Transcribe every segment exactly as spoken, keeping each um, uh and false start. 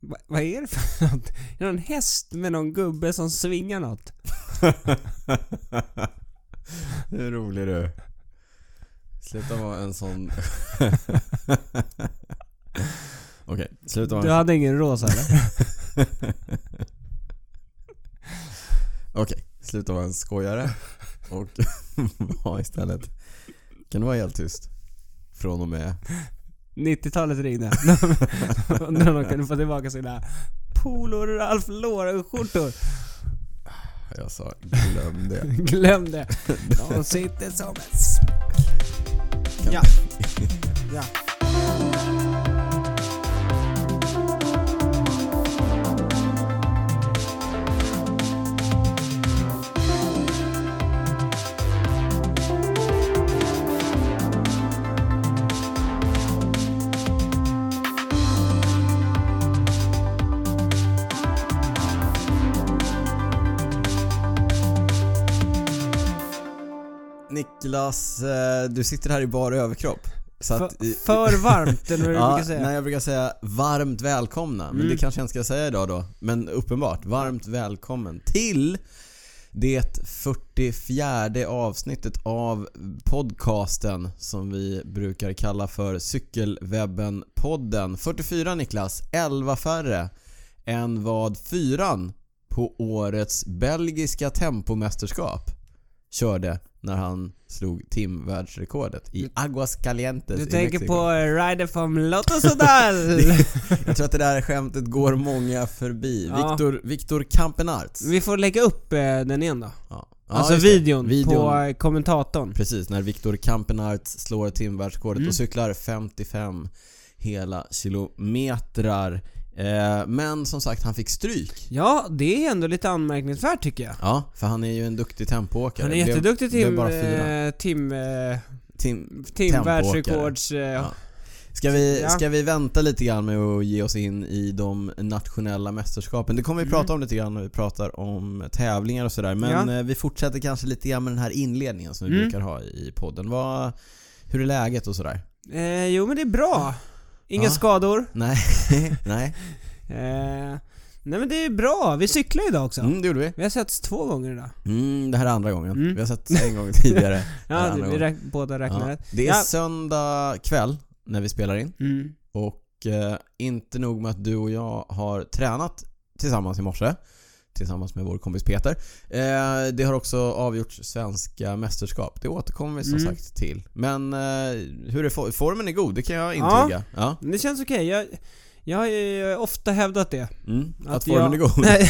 Va, vad är det för något? Är det en häst med någon gubbe som svingar något? Det är rolig du. Sluta vara en sån. Okej, sluta vara. Du hade ingen rosa eller? Okej, sluta vara en skojare. Och var istället. Kan du vara helt tyst? Från och med nittiotalet ringde. Undrar om de kunde få tillbaka sina Polo Ralph Lauren-skjortor. Jag sa, glöm det. Glöm det. De sitter som en sp- Ja. Ja. Niklas, du sitter här i bara överkropp. Så att, för, för varmt eller vad du ja, brukar säga. Nej, jag brukar säga varmt välkomna. Men mm. det kanske jag inte ska säga idag då. Men uppenbart, varmt välkommen till det fyrtiofjärde avsnittet av podcasten som vi brukar kalla för Cykelwebben-podden. fyrtiofyra Niklas, elva färre än vad fyran på årets belgiska tempomästerskap körde när han slog timvärldsrekordet i Aguascalientes. Du i tänker Mexiko. på Rider from Lotto Sodal. Jag tror att det där skämtet går många förbi. Ja. Victor, Victor Campenarts. Vi får lägga upp eh, den igen då. Ja. Alltså Ja, just det. videon, videon på eh, kommentatorn. Precis, när Victor Campenarts slår timvärldsrekordet Mm. och cyklar femtiofem hela kilometrar. Eh, men som sagt, han fick stryk. Ja, det är ändå lite anmärkningsvärt tycker jag. Ja, för han är ju en duktig tempoåkare. Han är jätteduktig blev, tim, blev bara fyra. eh, tim, eh, Tim, timvärldsrekords... Eh, Ja. Ska vi, Ja. ska vi vänta lite grann med att ge oss in i de nationella mästerskapen? Det kommer vi prata Mm. om lite grann när vi pratar om tävlingar och sådär. Men Ja. eh, vi fortsätter kanske lite grann med den här inledningen som vi Mm. brukar ha i podden. Vad, hur är läget och sådär? eh, jo men det är bra. Inga Ja. skador. Nej, nej. Eh, nej men det är bra. Vi cyklar idag också. Mm, det gjorde vi. Vi har setts två gånger idag. Mm, det här är andra gången. Mm. Vi har sett en gång tidigare. Det här är Ja, andra vi gången. räk- båda räknar Ja. rätt. Det är Ja. söndag kväll när vi spelar in. Mm. Och eh, inte nog med att du och jag har tränat tillsammans i morse tillsammans med vår kompis Peter. Eh, det har också avgjorts svenska mästerskap. Det återkommer vi som Mm. sagt till. Men eh, hur är for- formen är god, det kan jag Ja. intyga. Ja. Det känns okej. Jag, jag har ju ofta hävdat det. Mm, att, Att formen jag- är god. Nej,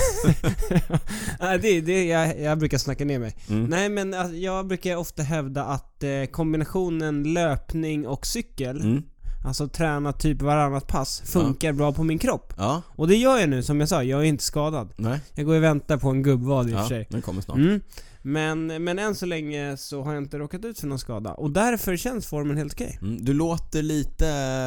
Nej, det, det jag, jag brukar snacka ner mig. Mm. Nej men alltså, jag brukar ofta hävda att eh, kombinationen löpning och cykel, Mm. alltså träna typ varannat pass, funkar bra på min kropp. Ja, Och det gör jag nu, som jag sa, jag är inte skadad. nej. Jag går och väntar på en gubbvad i och Ja, för sig. den kommer snart. Mm. Men, men än så länge så har jag inte råkat ut för någon skada. Och därför känns formen helt okej. Mm, du låter lite...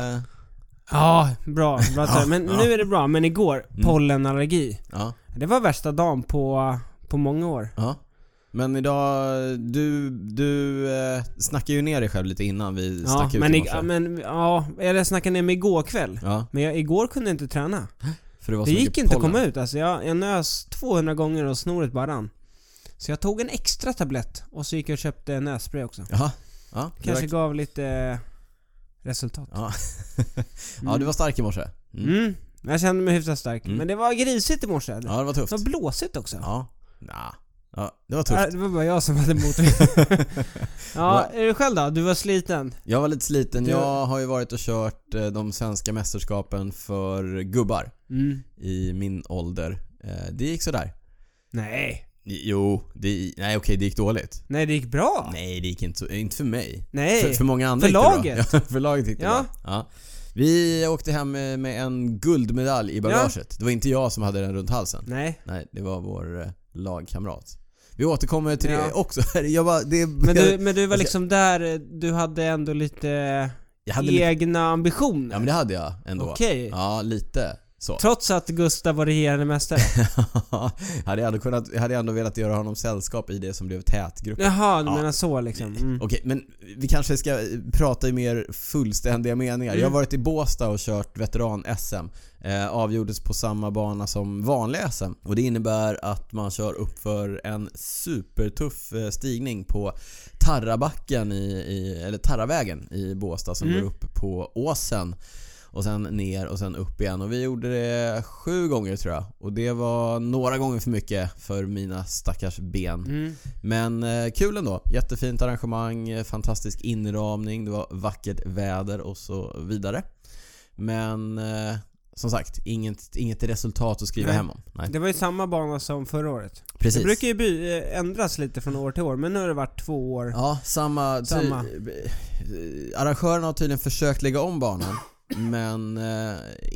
Ja, bra. bra Ja, men ja. nu är det bra. Men igår, Mm. pollenallergi. Ja, Det var värsta dagen på, på många år. ja. Men idag, du, du eh, snackar ju ner dig själv lite innan vi Ja, stack ut men, i i, morse. men ja, jag snackade ner mig igår kväll. Ja, Men jag, igår kunde jag inte träna. för det var Det så gick mycket inte att pollen. komma ut. Alltså jag, jag nös tvåhundra gånger och snoret bara rann. Så jag tog en extra tablett och så gick jag och köpte nässpray också. Jaha. Ja, det Kanske verkar- gav lite resultat. Ja. Ja, du var stark i morse. Mm. Mm. Jag kände mig hyfsat stark. Mm. Men det var grisigt i morse. Ja, det var tufft. Det var blåsigt också. Ja. Nah. Ja, det var Ja, tufft. det var bara jag som hade motvind. Ja, är du själv då? Du var sliten. Jag var lite sliten. Du- Jag har ju varit och kört eh, de svenska mästerskapen för gubbar Mm. i min ålder. Eh, Det gick så där. Nej. Jo, det, nej okej, det gick dåligt. Nej, det gick bra. Nej, det gick inte, så, inte för mig. Nej. För, för många andra För gick det bra. laget. Ja, för laget gick det Ja. bra. Ja. Vi åkte hem med, med en guldmedalj i bagaget. Det var inte jag som hade den runt halsen. Nej. Nej, det var vår eh, lagkamrat. Vi återkommer till Ja. det också. Jag bara, det, Men du, men du var jag ska- liksom där, du hade ändå lite jag hade lite, egna ambitioner. ja men det hade jag ändå. Okej. Ja, lite. Så. Trots att Gustav var regerande mästare. hade jag ändå kunnat, jag hade ändå velat göra honom sällskap i det som blev tätgruppen. Jaha, du ja. menar så liksom. Mm. Okej, men vi kanske ska prata i mer fullständiga meningar. Mm. Jag har varit i Båstad och kört veteran-S M. Eh, avgjordes på samma bana som vanliga S M. Och det innebär att man kör upp för en supertuff eh, stigning på Tarrabacken i, i, eller Tarravägen i Båstad som Mm. går upp på åsen. Och sen ner och sen upp igen. Och vi gjorde det sju gånger tror jag. Och det var några gånger för mycket för mina stackars ben. Mm. Men eh, kul ändå. Jättefint arrangemang, eh, fantastisk inramning, det var vackert väder och så vidare. Men eh, som sagt, inget, inget resultat att skriva Nej. hem om. Nej. Det var ju samma bana som förra året. Precis. Det brukar ju by, eh, ändras lite från år till år, men nu har det varit två år. Ja, samma, ty- Samma. Arrangörerna har tydligen försökt lägga om banan. Men eh,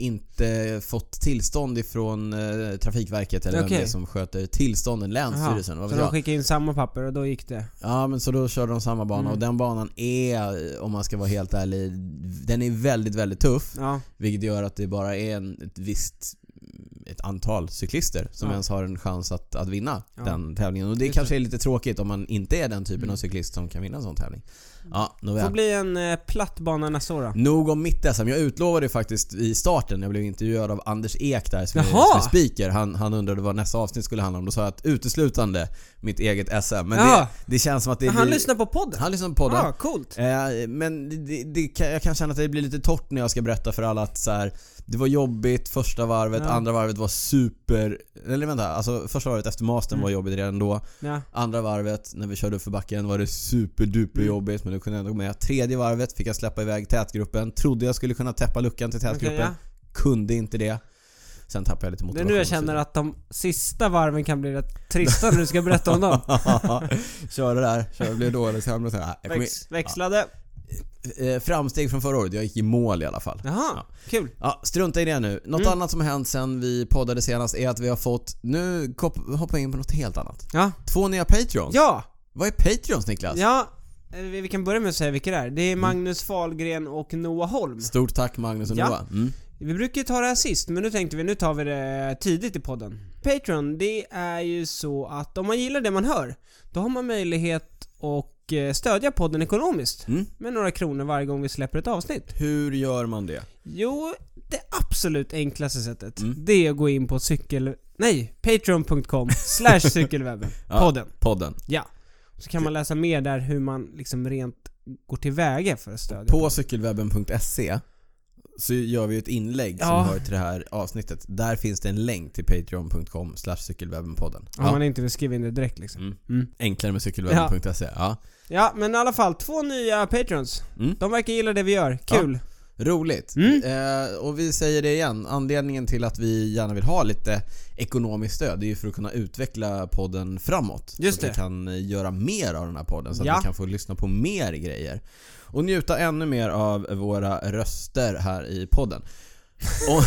inte fått tillstånd ifrån eh, Trafikverket eller Okej. vem det är som sköter tillstånden, Länsstyrelsen. Aha, Vad så vet de jag? skickade in samma papper och då gick det. Ja, men så då körde de samma bana. Mm. Och den banan är, om man ska vara helt ärlig, den är väldigt, väldigt tuff. Ja. Vilket gör att det bara är en, ett visst ett antal cyklister som Ja. ens har en chans att, att vinna Ja. den tävlingen. Och det Just kanske det. är lite tråkigt om man inte är den typen Mm. av cyklist som kan vinna en sån tävling. Ja, Får nåväl. bli en eh, platt bana nästa år då. Nog om mitt S M. Jag utlovade faktiskt i starten. Jag blev intervjuad av Anders Ek där som är, som Jaha! är speaker. Han, han undrade vad nästa avsnitt skulle handla om. Då sa jag att uteslutande mitt eget S M. Men Ja. det, det känns som att det Men han blir... lyssnar på podden. Han lyssnar på podden. Ja, coolt. Eh, men det, det, det, kan- jag kan känna att det blir lite torrt när jag ska berätta för alla att så här, det var jobbigt första varvet, Ja. andra varvet var super... Eller vänta, alltså första varvet efter mastern Mm. var jobbigt redan då. Ja. Andra varvet, när vi körde upp för backen, var det superduper Mm. jobbigt, men nu kunde jag ändå gå med. Tredje varvet fick jag släppa iväg tätgruppen. Trodde jag skulle kunna täppa luckan till tätgruppen. Okej, ja. Kunde inte det. Sen tappade jag lite Det är motivation. nu jag känner att de sista varven kan bli rätt trista när du ska berätta om dem. Kör det där, kör det blir dåligt. Så jag, så här, jag kom in- Väx, växlade. eh, framsteg från förra året. Jag gick i mål i alla fall. Jaha, Ja. kul. Ja, strunta i det nu. Något Mm. annat som har hänt sen vi poddade senast är att vi har fått... Nu kop- hoppar jag in på något helt annat. Ja. Två nya Patreons. Ja. Vad är Patreons, Niklas? Ja. eh, Vi vi kan börja med att säga vilka det är. Det är Magnus Fahlgren och Noah Holm. Stort tack Magnus och Ja. Noah. Mm. Vi brukar ju ta det här sist, men nu tänkte vi, nu tar vi det tidigt i podden. Patreon, det är ju så att om man gillar det man hör, då har man möjlighet att eh, stödja podden ekonomiskt. Mm. Med några kronor varje gång vi släpper ett avsnitt. Hur gör man det? Jo, det absolut enklaste sättet, Mm. det är att gå in på cykel... Nej, patreon punkt com slash cykelwebben. Ja. Podden. Podden. Ja. Så kan man läsa mer där hur man liksom rent går tillväga för att stödja. På cykelwebben punkt se så gör vi ett inlägg som Ja. hör till det här avsnittet. Där finns det en länk till patreon punkt com slash cykelwebbenpodden. Om man inte vill skriva in det direkt liksom. Mm. Mm. Enklare med cykelwebben punkt se. Ja. Ja, men i alla fall, två nya Patreons. Mm. De verkar gilla det vi gör. Kul. Roligt. Mm. Eh, och vi säger det igen. Anledningen till att vi gärna vill ha lite ekonomiskt stöd, det är ju för att kunna utveckla podden framåt. Just så att det. vi kan eh, göra mer av den här podden. Så Ja. att vi kan få lyssna på mer grejer. Och njuta ännu mer av våra röster här i podden. Och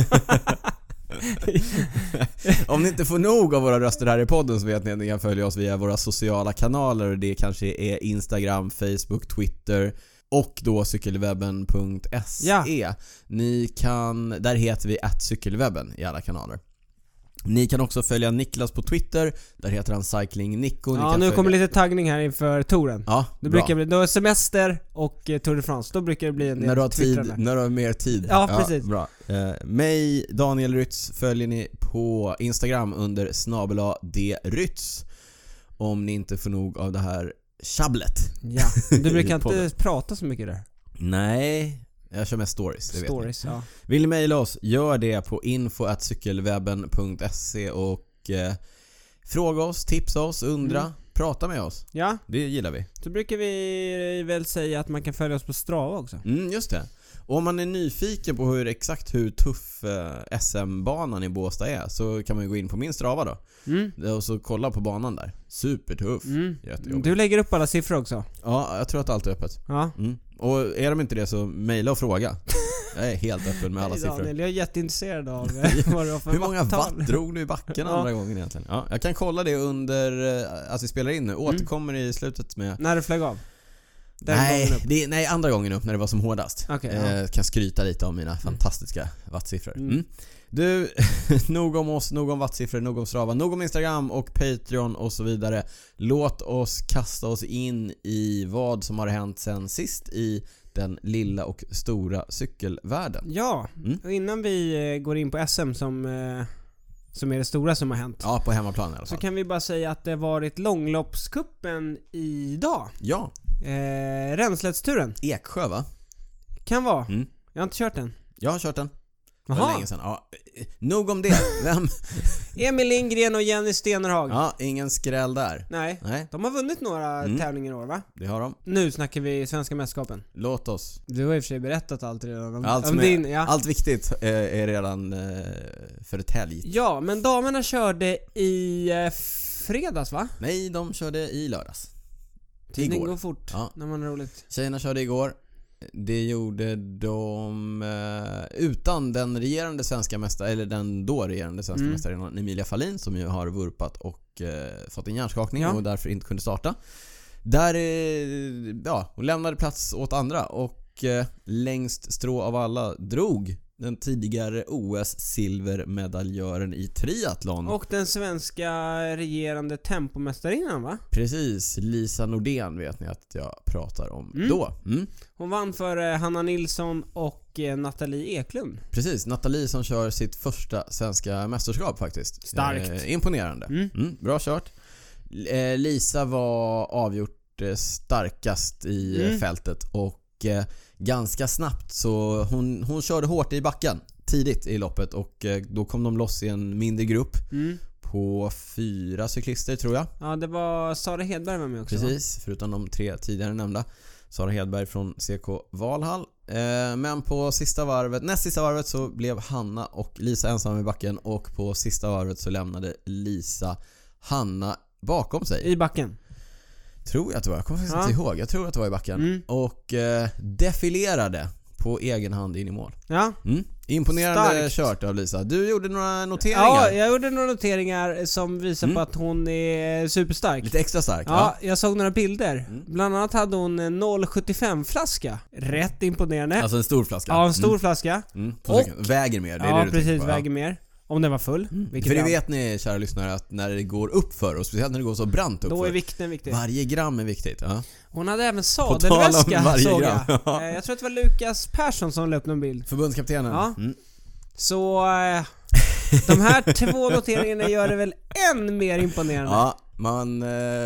om ni inte får nog av våra röster här i podden så vet ni att ni kan följa oss via våra sociala kanaler. Det kanske är Instagram, Facebook, Twitter och då cykelwebben punkt se. Ja. Ni kan, där heter vi at cykelwebben i alla kanaler. Ni kan också följa Niklas på Twitter. Där heter han Cycling Nico. Ni Ja, kan nu följa... kommer lite taggning här inför touren. Ja, Det bra. brukar bli, då är semester och eh, Tour de France. Då brukar det bli en del När du har tid, twittrande. när du har mer tid. Ja, precis. Bra. Eh, mig, Daniel Rytz, följer ni på Instagram under snabel-a drytz. Om ni inte får nog av det här tjabblet. Ja, du brukar Podden. inte prata så mycket där. Nej, jag kör med stories, det vet ni. Stories, ja. Vill ni mejla oss, gör det på info at cykelwebben punkt se och eh, fråga oss, tipsa oss, undra, Mm. prata med oss. Ja, Det gillar vi. så brukar vi väl säga att man kan följa oss på Strava också. Mm, just det. Och om man är nyfiken på hur exakt hur tuff eh, S M-banan i Båstad är så kan man ju gå in på min Strava då. Mm. Och så kolla på banan där. Supertuff. Mm. Jättejobbigt. Du lägger upp alla siffror också. Ja, jag tror att allt är öppet. Ja. Mm. Och är de inte det så mejla och fråga. Jag är helt öppen med alla Hej, siffror. Daniel, jag är jätteintresserad av eh, vad du har för Hur många watttal. watt drog du i backen Ja. andra gången egentligen? Ja, jag kan kolla det under eh, att vi spelar in nu. Återkommer i slutet med... När du flög av? Den Nej, gången upp. det är, nej, andra gången upp när det var som hårdast. Okej, eh, ja. Kan skryta lite om mina fantastiska wattsiffror. Mm. Mm. Du, nog om oss, nog om wattsiffror, nog om Strava, nog om Instagram och Patreon och så vidare. Låt oss kasta oss in i vad som har hänt sen sist i den lilla och stora cykelvärlden. Ja, mm. och innan vi går in på S M som, som är det stora som har hänt. Ja, på hemmaplan i alla fall. Så kan vi bara säga att det varit långloppskuppen idag. Ja. Eh, Renslättsturen. Eksjö, va? Kan vara. Mm. Jag har inte kört den. Jag har kört den. Det Jaha. var länge sedan. Ja, nog om det. Vem? Emil Lindgren och Jenny Stenerhag. Ja, ingen skräll där. Nej. Nej. De har vunnit några mm. tävlingar i år, va? Det har de. Nu snackar vi svenska mästerskapen. Låt oss. Du har i och för sig berättat allt redan om, allt, om är, din, ja. allt viktigt är, är redan eh, förtäljt. Ja, men damerna körde i eh, fredags, va? Nej, de körde i lördags. Tiden Igår. går fort Ja. när man har roligt. Tjejerna körde igår. Det gjorde de eh, utan den regerande svenska mästare, eller den då regerande svenska mm. mästaren Emilia Fahlin, som ju har vurpat och eh, fått en hjärnskakning ja. och därför inte kunde starta. Där eh, ja, hon lämnade plats åt andra och eh, längst strå av alla drog den tidigare O S-silvermedaljören i triathlon. Och den svenska regerande tempomästarinnan, va? Precis, Lisa Nordén vet ni att jag pratar om mm. då. Mm. Hon vann för Hanna Nilsson och Nathalie Eklund. Precis, Nathalie som kör sitt första svenska mästerskap faktiskt. Starkt. Eh, imponerande. Mm. Mm, bra kört. Eh, Lisa var avgjort eh, starkast i mm. fältet och eh, ganska snabbt så hon, hon körde hårt i backen tidigt i loppet och eh, då kom de loss i en mindre grupp mm. på fyra cyklister tror jag. Ja, det var Sara Hedberg med mig också. Precis, förutom de tre tidigare nämnda. Sara Hedberg från C K Valhall. Eh, men på sista varvet, näst sista varvet så blev Hanna och Lisa ensamma i backen och på sista varvet så lämnade Lisa Hanna bakom sig. I backen? Tror jag att det var, jag kommer faktiskt ja. inte ihåg. Jag tror att det var i backen. Mm. Och eh, defilerade på egen hand in i mål. Ja. Mm. Imponerande Starkt. kört av Lisa. Du gjorde några noteringar. Ja, jag gjorde några noteringar som visar mm. på att hon är superstark. Lite extra stark. Ja, ja. Jag såg några bilder. Mm. Bland annat hade hon en noll komma sjuttiofem flaska. Rätt imponerande. Alltså en stor flaska. Ja, en stor mm. flaska. Mm. Och, väger mer, det är ja, det du precis, på, väger ja. mer. Om den var full. Mm. För det vet ni, kära lyssnare, att när det går upp för och speciellt när det går så brant upp då för, är vikten viktig. Varje gram är viktigt. Ja. Hon hade även sadelväska, såg jag. Jag tror att det var Lukas Persson som la upp någon bild. Förbundskaptenen. Ja. Mm. Så äh, de här två noteringarna gör det väl än mer imponerande. Ja, man,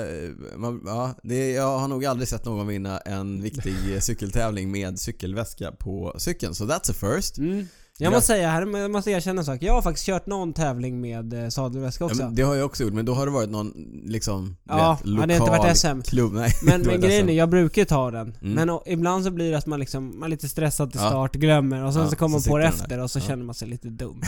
man ja, det, jag har nog aldrig sett någon vinna en viktig cykeltävling med cykelväska på cykeln. Så that's a first. Mm. Jag måste säga här, jag måste erkänna en sak. Jag har faktiskt kört någon tävling med eh, sadelväska också. Ja, det har jag också gjort, men då har det varit någon liksom ja, vet, lokal det har inte varit S M klubb. Nej, men men grejen är, jag brukar ta den. Mm. Men och, ibland så blir det att man liksom man är lite stressad till start, ja. glömmer och sen ja, så kommer man på det efter och så ja. känner man sig lite dum.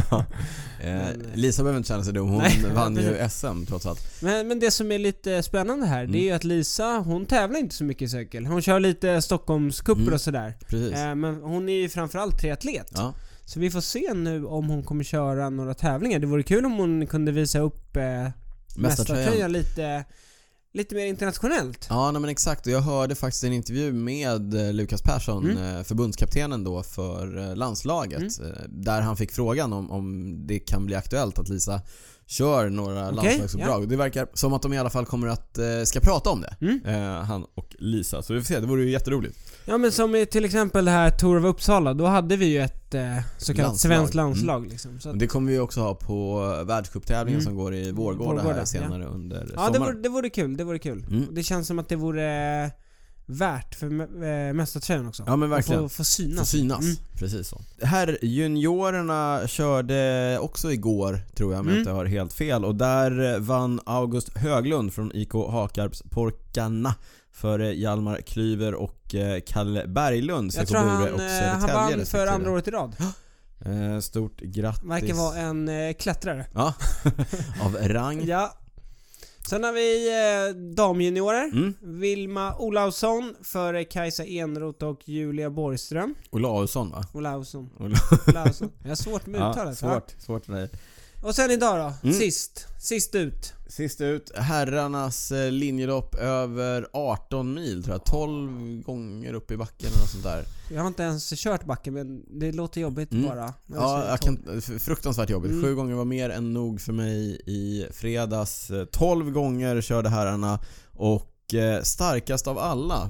men, Lisa behöver inte känna sig dum. Hon nej, vann ju S M trots allt. Men, men det som är lite spännande här, mm. det är ju att Lisa, hon tävlar inte så mycket i cykel. Hon kör lite Stockholmscuper mm. och sådär. Precis. Eh, men hon är ju framförallt triatlet. Ja. Så vi får se nu om hon kommer köra några tävlingar. Det vore kul om hon kunde visa upp eh, mästartröjan lite, lite mer internationellt. Ja, nej, men exakt. Jag hörde faktiskt en intervju med eh, Lukas Persson, mm. eh, förbundskaptenen då för eh, landslaget. Mm. Eh, där han fick frågan om, om det kan bli aktuellt att Lisa kör några okay, landslagsuppdrag. Ja. Det verkar som att de i alla fall kommer att eh, ska prata om det. Mm. Eh, han och Lisa. Så vi får se, det vore ju jätteroligt. Ja, men som i till exempel det här Tour of Uppsala, då hade vi ju ett eh, så kallat landslag. svenskt landslag mm. liksom, så att... Det kommer vi också ha på världscuptävlingen mm. som går i Vårgårda, Vårgårda här senare ja. under ja, sommaren. Ja, det vore, det vore kul, det vore kul. Mm. Det känns som att det vore värt för äh, mästartröjan också. Ja, men verkligen. Få, få synas. Få synas. Mm. Precis så. Här juniorerna körde också igår, tror jag, om jag inte har helt fel. Och där vann August Höglund från I K Hakarps Porkarna för Hjalmar Klyver och Kalle Berglund. Jag tror han, och han vann för andra året i rad. Stort grattis. Verkar vara en äh, klättrare. Ja, av rang. Ja. Sen har vi eh, damjuniorer. Mm. Vilma Olausson före Kajsa Enroth och Julia Borgström. Olausson va? Olausson. Olausson. Jag har svårt med uttalet. Ja, svårt, svårt med Och sen idag då, Mm. sist. Sist ut. Sist ut, herrarnas eh, linjelopp över arton mil tror jag. tolv gånger upp i backen eller något sånt där. Jag har inte ens kört backen, men det låter jobbigt Mm. bara. Men Ja, så jag kan, fruktansvärt jobbigt. Mm. Sju gånger var mer än nog för mig i fredags. tolv gånger körde herrarna och eh, starkast av alla,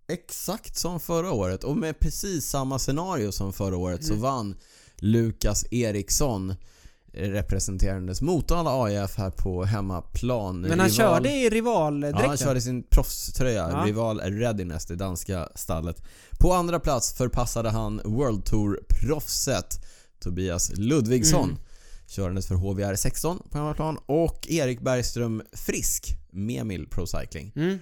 exakt som förra året och med precis samma scenario som förra året, Mm. så vann Lukas Eriksson, representerandes Motala A I F här på hemmaplan. Men han Rival- körde i rivaldräkten. Ja, han körde sin proffströja, Ja. Rival Readiness, det danska stallet. På andra plats förpassade han World Tour-proffset Tobias Ludvigsson, Mm. körandes för H V R sexton på hemmaplan, och Erik Bergström Frisk, Memil Pro Cycling. Mm.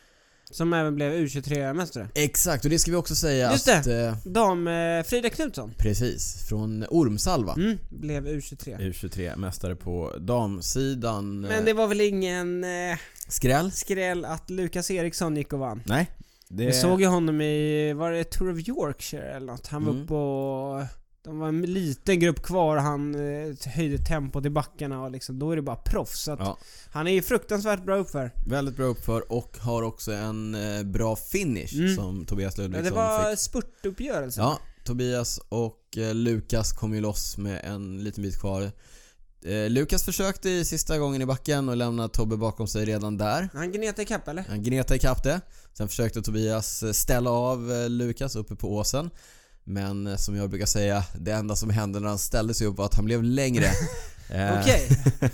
Som även blev U tjugotre-mästare. Exakt, och det ska vi också säga Just att... det. Eh, Dam eh, Frida Knutsson. precis, från Ormsalva. Mm. Blev U tjugotre. U tjugotre-mästare på damsidan. Men det var väl ingen eh, Skräll? skräll att Lukas Eriksson gick och vann. Nej. Det... Jag såg ju honom i, var det Tour of Yorkshire eller något? Han var Mm. uppe och... De var en liten grupp kvar och han eh, höjde tempot i backarna och liksom, då är det bara proffs. Så att Ja. han är ju fruktansvärt bra uppför. Väldigt bra uppför och har också en eh, bra finish Mm. som Tobias Ja, Ludvigsson det var fick. spurtuppgörelse. Ja, Tobias och eh, Lukas kom ju loss med en liten bit kvar. Eh, Lukas försökte i sista gången i backen och lämna Tobbe bakom sig redan där. Han gnetade ikapp eller? Han gnetade ikapp det. Sen försökte Tobias eh, ställa av eh, Lukas uppe på åsen. Men eh, som jag brukar säga, det enda som hände när han ställde sig upp var att han blev längre. Eh, Okej.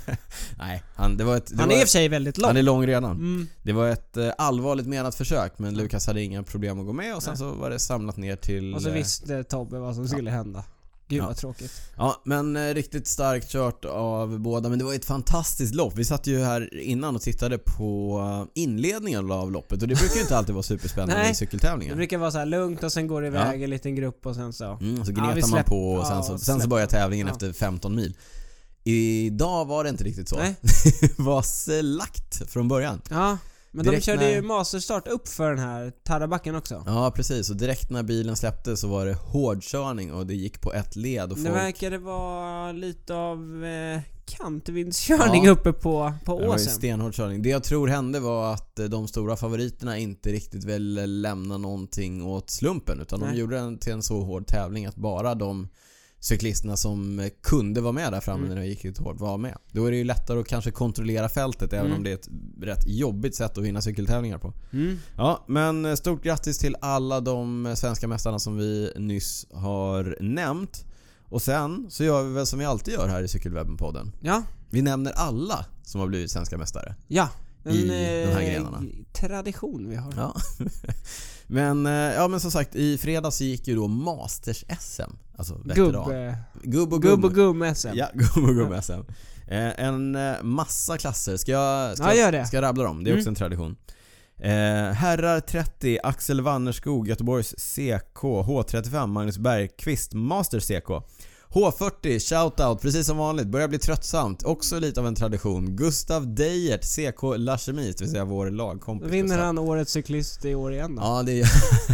Nej, han, det var ett, det Han var är i och för sig väldigt lång. Han är lång redan. Mm. Det var ett eh, allvarligt menat försök, men Lukas hade inga problem att gå med och sen Nej. så var det samlat ner till... Och så eh, visste Tobbe vad som skulle hända. Gud Ja. vad tråkigt. Ja, men eh, riktigt starkt kört av båda. Men det var ett fantastiskt lopp. Vi satt ju här innan och tittade på eh, inledningen av loppet. Och det brukar ju inte alltid vara superspännande Nej. i Det cykeltävlingar. brukar vara så här lugnt och sen går det iväg Ja. en liten grupp och sen så. Mm, och så Ja, gnetar vi man släpp- på och sen, ja, så, och sen så släpp- börjar tävlingen ja. efter femton mil. Idag var det inte riktigt så. Nej. Det var slakt från början. Ja, men Direkt de körde när- ju masterstart upp för den här Tarrabacken också. Ja, precis. Och direkt när bilen släppte så var det hårdkörning och det gick på ett led. Och Det folk... verkade vara lite av eh, kantvindskörning Ja. uppe på, på Det var ju åsen. stenhård körning. Det jag tror hände var att eh, de stora favoriterna inte riktigt ville lämna någonting åt slumpen, utan de Nej. gjorde den till en så hård tävling att bara de cyklisterna som eh, kunde vara med där framme Mm. när det gick lite hårt var med. Då är det ju lättare att kanske kontrollera fältet, även Mm. om det är ett rätt jobbigt sätt att vinna cykeltävlingar på. Mm. Ja, men eh, stort grattis till alla de eh, svenska mästarna som vi nyss har nämnt. Och sen så gör vi väl som vi alltid gör här i Cykelwebben-podden. Ja, Vi nämner alla som har blivit svenska mästare. ja. En, I de här eh, grenarna. tradition vi har. Ja. men, eh, ja, men som sagt, i fredags gick ju då Masters-S M. Alltså veteran. Gubb, eh, Gubb och gubb gubb. och gum-S M. Ja, gubb och gubb-S M. Eh, en eh, massa klasser. Ska jag, ska, Ja, gör det. ska jag rabbla dem? Det är också Mm. en tradition. Eh, herrar trettio, Axel Wannerskog, Göteborgs C K. H trettiofem, Magnus Bergqvist, Master C K. H fyrtio, shoutout, precis som vanligt, börjar bli tröttsamt. Också lite av en tradition. Gustav Deijert, C K Lachemis, det vill säga vår Då lagkompis. vinner Gustav. han årets cyklist i år igen då. Ja, det är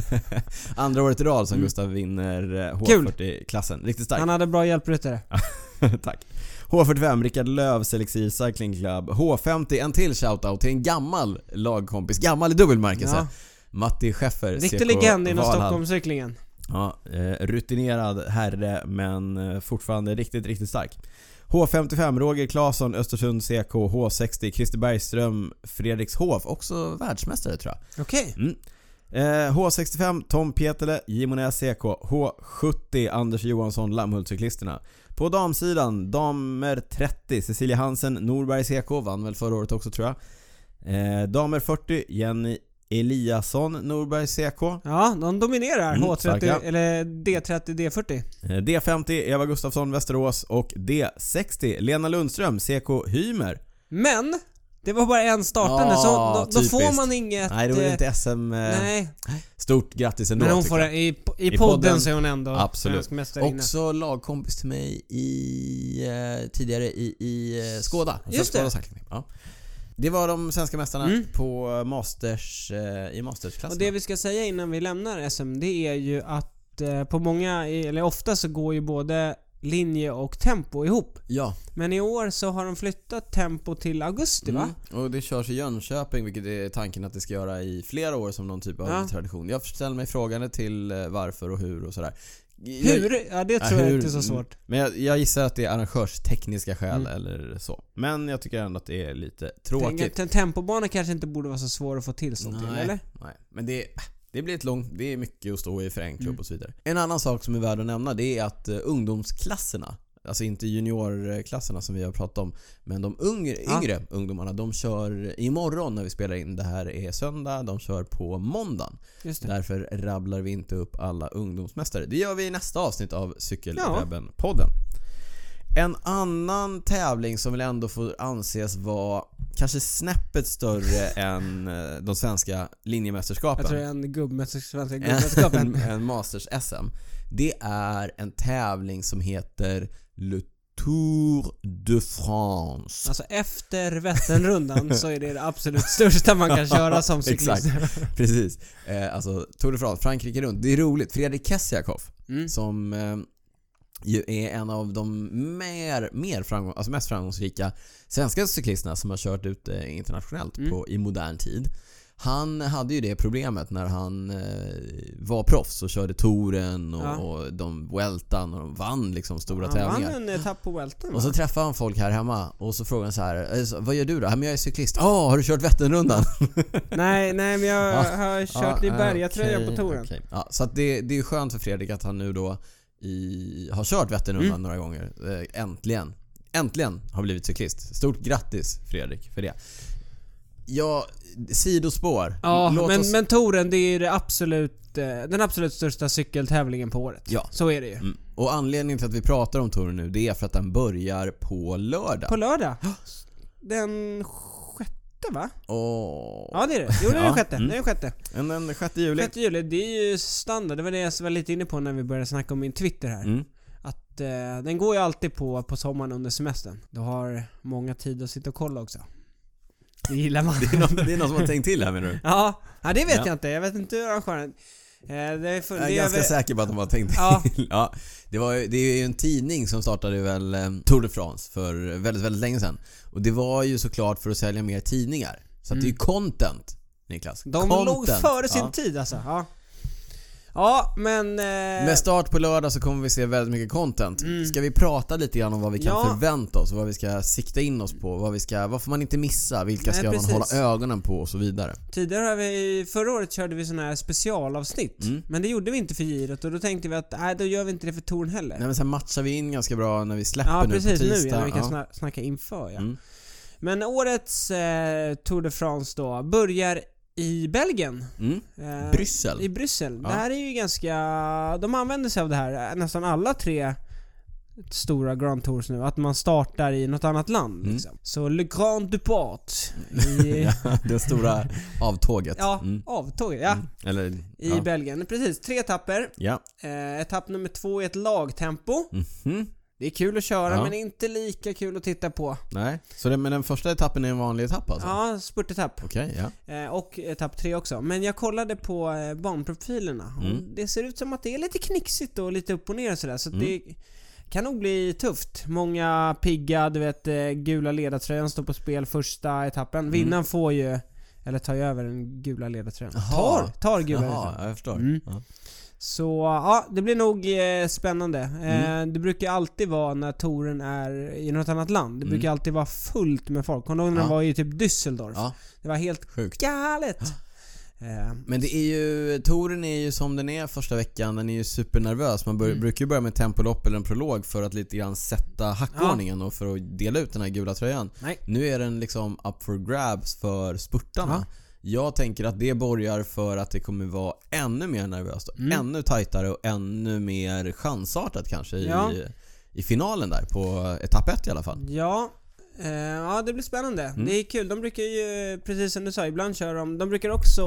andra året i rad som Mm. Gustav vinner eh, H Kul. fyrtio-klassen. Riktigt starkt. Han hade bra hjälpryttare. Tack. H fyrtiofem, Rickard Löv, Elixir Cycling Club. H femtio, en till shoutout till en gammal lagkompis. Gammal i dubbelmärkelse. Ja. Matti Schäffer, Riktig C K legend inom Valhall. Stockholmscyklingen. Ja, eh, rutinerad herre, men eh, fortfarande riktigt, riktigt stark. H femtiofem, Roger Claesson, Östersund C K. H sextio, Christer Bergström, Fredrikshof, också världsmästare tror jag. Okej. Mm. Eh, H sextiofem, Tom Pietele, Jimonäs C K. H sjuttio, Anders Johansson, Lammhultcyklisterna. På damsidan, damer trettio, Cecilia Hansen, Norberg C K, vann väl förra året också tror jag. Eh, damer fyrtio, Jenny Eliasson, Norberg C K. Ja, de dominerar. Mm, H trettio, starka. eller D trettio, D fyrtio. Eh, D femtio, Eva Gustafsson, Västerås. Och D sextio, Lena Lundström, C K Hymer. Men det var bara en startande, Ja, så då, då typiskt. får man inget... Nej, det var eh, inte S M. Eh, Nej, Stort grattis ändå. men hon tycker får jag. det, i, i, I podden, podden, så är hon ändå absolut. svensk mästarinna. Också lagkompis till mig i eh, tidigare i, i eh, Skåda. Just Skåda det. Cycling. Ja. Det var de svenska mästarna Mm. på Masters eh, i Mastersklassen. Och det vi ska säga innan vi lämnar S M, det är ju att eh, på många, eller ofta så går ju både linje och tempo ihop. Ja. Men i år så har de flyttat tempo till augusti, va? Mm. Och det körs i Jönköping, vilket är tanken att det ska göra i flera år som någon typ av Ja. tradition. Jag ställer mig frågan till varför och hur och sådär. Hur? Ja, det tror ja, jag hur, inte är så svårt. Men jag, jag gissar att det är arrangörstekniska skäl Mm. eller så. Men jag tycker ändå att det är lite tråkigt. Tänk att en tempobana kanske inte borde vara så svår att få till sånt till, Nej, eller? nej. Men det, det blir ett långt, det är mycket att stå i för en klubb Mm. och så vidare. En annan sak som är värd att nämna, det är att uh, ungdomsklasserna, alltså inte juniorklasserna som vi har pratat om, men de yngre, Ja. yngre ungdomarna, de kör imorgon när vi spelar in. Det här är söndag, de kör på måndagen. Just det. Därför rabblar vi inte upp alla ungdomsmästare. Det gör vi i nästa avsnitt av Cykelwebben-podden. En annan tävling som väl ändå får anses vara kanske snäppet större än eh, de svenska linjemästerskapen. Jag tror det är en gubbmästerskap, svenska gubbmästerskapen. en, en Masters-S M. Det är en tävling som heter Le Tour de France. Alltså efter Vätternrundan så är det det absolut största man kan köra som cyklist. Exakt, precis. Eh, alltså Tour de France, Frankrike runt. Det är roligt. Fredrik Kessiakoff Mm. som eh, ju är en av de mer, mer framgång, alltså mest framgångsrika svenska cyklisterna som har kört ut eh, internationellt Mm. på, i modern tid. Han hade ju det problemet när han eh, var proffs och körde touren och, Ja. och de Vueltan och de vann liksom stora Han tävlingar. vann en etapp på Vueltan. Och så träffade han folk här hemma och så frågade han så här: "Eh, vad gör du då?" "Ja, men jag är cyklist." "Ja, har du kört Vätternrundan?" Nej, nej men jag Ja. har kört i bergatröjan okej, på touren. okej. Ja, så att det, det är skönt för Fredrik att han nu då i, har kört Vätternrundan Mm. några gånger. Eh, äntligen. Äntligen har blivit cyklist. Stort grattis Fredrik för det. Ja, sidospår. Ja, Låt men, oss... men touren det är det absolut, eh, den absolut största cykeltävlingen på året. Ja. Så är det ju. Mm. Och anledningen till att vi pratar om touren nu, det är för att den börjar på lördag. På lördag. Den sjätte, va? Och... Ja, det är det. Jo, det är Ja, den sjätte. mm. Det är den sjätte. En, den sjätte juli. sjätte juli, det är ju standard. Det var det jag var lite inne på när vi började snacka om min Twitter här. Mm. Att eh, den går ju alltid på, på sommaren under semestern. Du har många tid att sitta och kolla också. Det gillar man. Det är, någon, det är någon som har tänkt till här, menar du? Ja, ja det vet Ja. jag inte. Jag vet inte hur arrangören... Eh, det är för, Jag är det ganska väl- säker på att de har tänkt Ja. till. Ja, det, var, ju- det är ju en tidning som startade väl eh, Tour de France för väldigt, väldigt länge sedan. Och det var ju såklart för att sälja mer tidningar. Så att det är ju content, Niklas. De content. låg före sin Ja. tid alltså. Ja, ja men... Eh, Med start på lördag så kommer vi se väldigt mycket content. Mm. Ska vi prata lite grann om vad vi kan Ja. förvänta oss, vad vi ska sikta in oss på, vad vi ska, vad får man inte missa, vilka Nej, ska precis. man hålla ögonen på och så vidare. Tidigare har vi, förra året körde vi såna här specialavsnitt. Mm. Men det gjorde vi inte för girot och då tänkte vi att nej, då gör vi inte det för touren heller. Nej, men sen matchar vi in ganska bra när vi släpper Ja, nu precis på nu tisdag. ja, vi kan Ja. sna- snacka inför ja. Mm. Men årets eh, Tour de France då börjar i Belgien. Mm. Eh, Bryssel. I Bryssel. Ja. Det här är ju ganska... De använder sig av det här, nästan alla tre stora Grand Tours nu, att man startar i något annat land Mm. liksom. Så Le Grand Depart i, Ja, det stora avtåget. ja, Mm. avtåget, ja, Mm. Eller, i ja. Belgien. Precis, tre etapper. Ja. Eh, etapp nummer två är ett lagtempo. Mhm. Det är kul att köra Ja. men inte lika kul att titta på. Nej, så det, men den första etappen är en vanlig etapp alltså? Ja, spurtetapp. Okej, ja. Eh, och etapp tre också. Men jag kollade på eh, banprofilerna och Mm. det ser ut som att det är lite knixigt och lite upp och ner och sådär. Så att Mm. det kan nog bli tufft. Många pigga, du vet, eh, gula ledartröjan står på spel första etappen. Mm. Vinnaren får ju, eller tar ju över den gula ledartröjan. Jaha. Tar, tar gula Jaha, ledartröjan. jag förstår. Mm. Ja. Så ja, det blir nog eh, spännande. Eh, Mm. det brukar alltid vara när touren är i något annat land. Det Mm. brukar alltid vara fullt med folk. Kommer du ihåg när Ja. de var i typ Düsseldorf? Ja, Det var helt sjukt. galet. Eh, Men det är ju, touren är ju som den är första veckan, den är ju supernervös. Man bör, Mm. brukar ju börja med tempolopp eller en prolog för att lite grann sätta hackordningen och för att dela ut den här gula tröjan. Nej. Nu är den liksom up for grabs för spurtarna. Jag tänker att det borgar för att det kommer vara ännu mer nervöst och Mm. ännu tajtare och ännu mer chansartat kanske Ja. i, i finalen där på etapp ett i alla fall. Ja, eh, ja det blir spännande. Mm. Det är kul. De brukar ju, precis som du sa, ibland kör de. De brukar också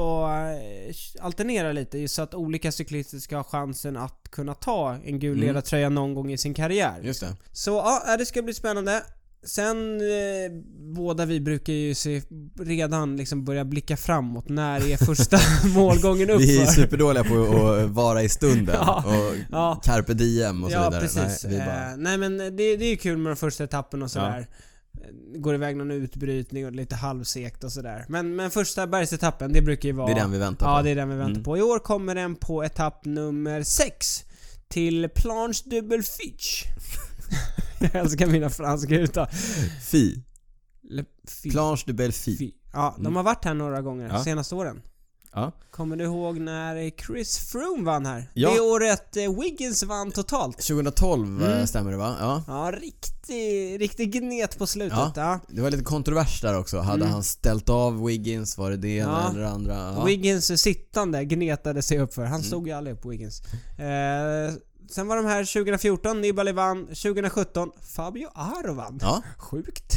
eh, alternera lite just så att olika cyklister ska ha chansen att kunna ta en gul Mm. ledartröja någon gång i sin karriär. Just det. Så ja, det ska bli spännande. Sen eh, båda vi brukar ju se redan liksom börja blicka framåt. När är första målgången uppför? Vi är superdåliga på att vara i stunden Ja, och ja. carpe diem och så Ja, vidare. precis. Nej, vi bara... eh, nej men det, det är ju kul med den första etappen och sådär. Ja. Går iväg någon utbrytning och lite halvsekt och sådär. Men, men första bergsetappen, det brukar ju vara... Det är den vi väntar på. Ja, det är den vi väntar Mm. på. I år kommer den på etapp nummer sex. Till Planche de Belfiche. Jag älskar mina franska uttal. Fi. Le, fi, Planche de Belfi. fi. Ja, de Mm. har varit här några gånger Ja. senaste åren. Ja. Kommer du ihåg när Chris Froome vann här? Ja. Det året eh, Wiggins vann totalt. tjugohundratolv Mm. stämmer det va? Ja. Ja, riktigt riktig gnet på slutet. Ja. Ja. Det var lite kontrovers där också. Hade Mm. han ställt av Wiggins? Var det det ena Ja. eller det andra? Ja. Wiggins sittande gnetade sig upp för. Han Mm. stod ju aldrig upp, Wiggins. Eh, sen var de här tjugohundrafjorton, Nibali vann. tjugohundrasjutton, Fabio Aro vann. Ja. Sjukt.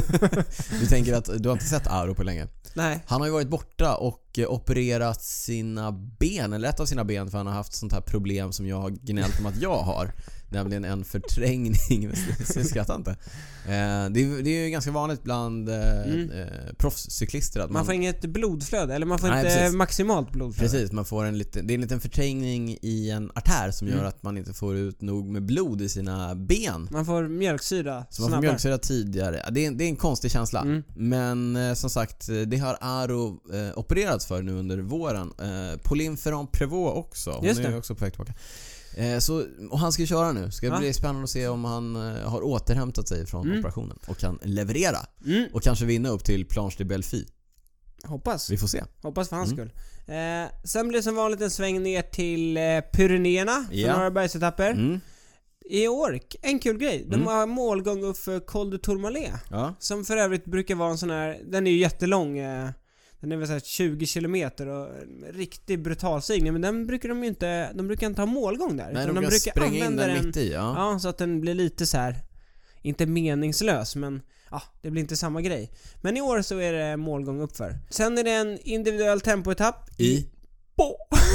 Du tänker att du har inte sett Aro på länge. Nej. Han har ju varit borta och eh, opererat sina ben, eller ett av sina ben, för han har haft sånt här problem som jag har gnällt om att jag har. Nämligen en förträngning. Jag skrattar inte. Eh, det, är, det är ju ganska vanligt bland eh, Mm. eh, proffscyklister att Man man, får inget blodflöde, eller man får Nej, inte precis. maximalt blodflöde. precis, man får en liten, det är en liten förträngning i en artär som gör Mm. att man inte får ut nog med blod i sina ben. Man får mjölksyra Så man får snabbare. mjölksyra tidigare. Ja, det, är, en- det är en konstig känsla. Mm. Men eh, som sagt, eh, det har Aro eh, opererats för nu under våren. Eh, Pauline Ferrand-Prévot också. Hon Just är det. ju också på väg tillbaka. Eh, så, och han ska köra nu. Ska Ja. bli spännande att se om han eh, har återhämtat sig från Mm. operationen och kan leverera. Mm. Och kanske vinna upp till Planche de Belfi. Hoppas. Vi får se. Hoppas för hans Mm. skull. Eh, sen blir det som vanligt en sväng ner till eh, Pyrenéerna för Ja. några bergsetapper. Mm. I år, en kul grej. De Mm. har målgång upp för Col de Tourmalet. Ja. Som för övrigt brukar vara en sån här... Den är ju jättelång. Eh, den är väl så här tjugo kilometer och en riktigt brutal stigning. Men den brukar de ju inte... De brukar inte ha målgång där. Nej, utan de, de kan brukar spränga in använda den den... mitt i. Ja. Ja, så att den blir lite så här. Inte meningslös, men ja, det blir inte samma grej. Men i år så är det målgång uppför. Sen är det en individuell tempoetapp I? på,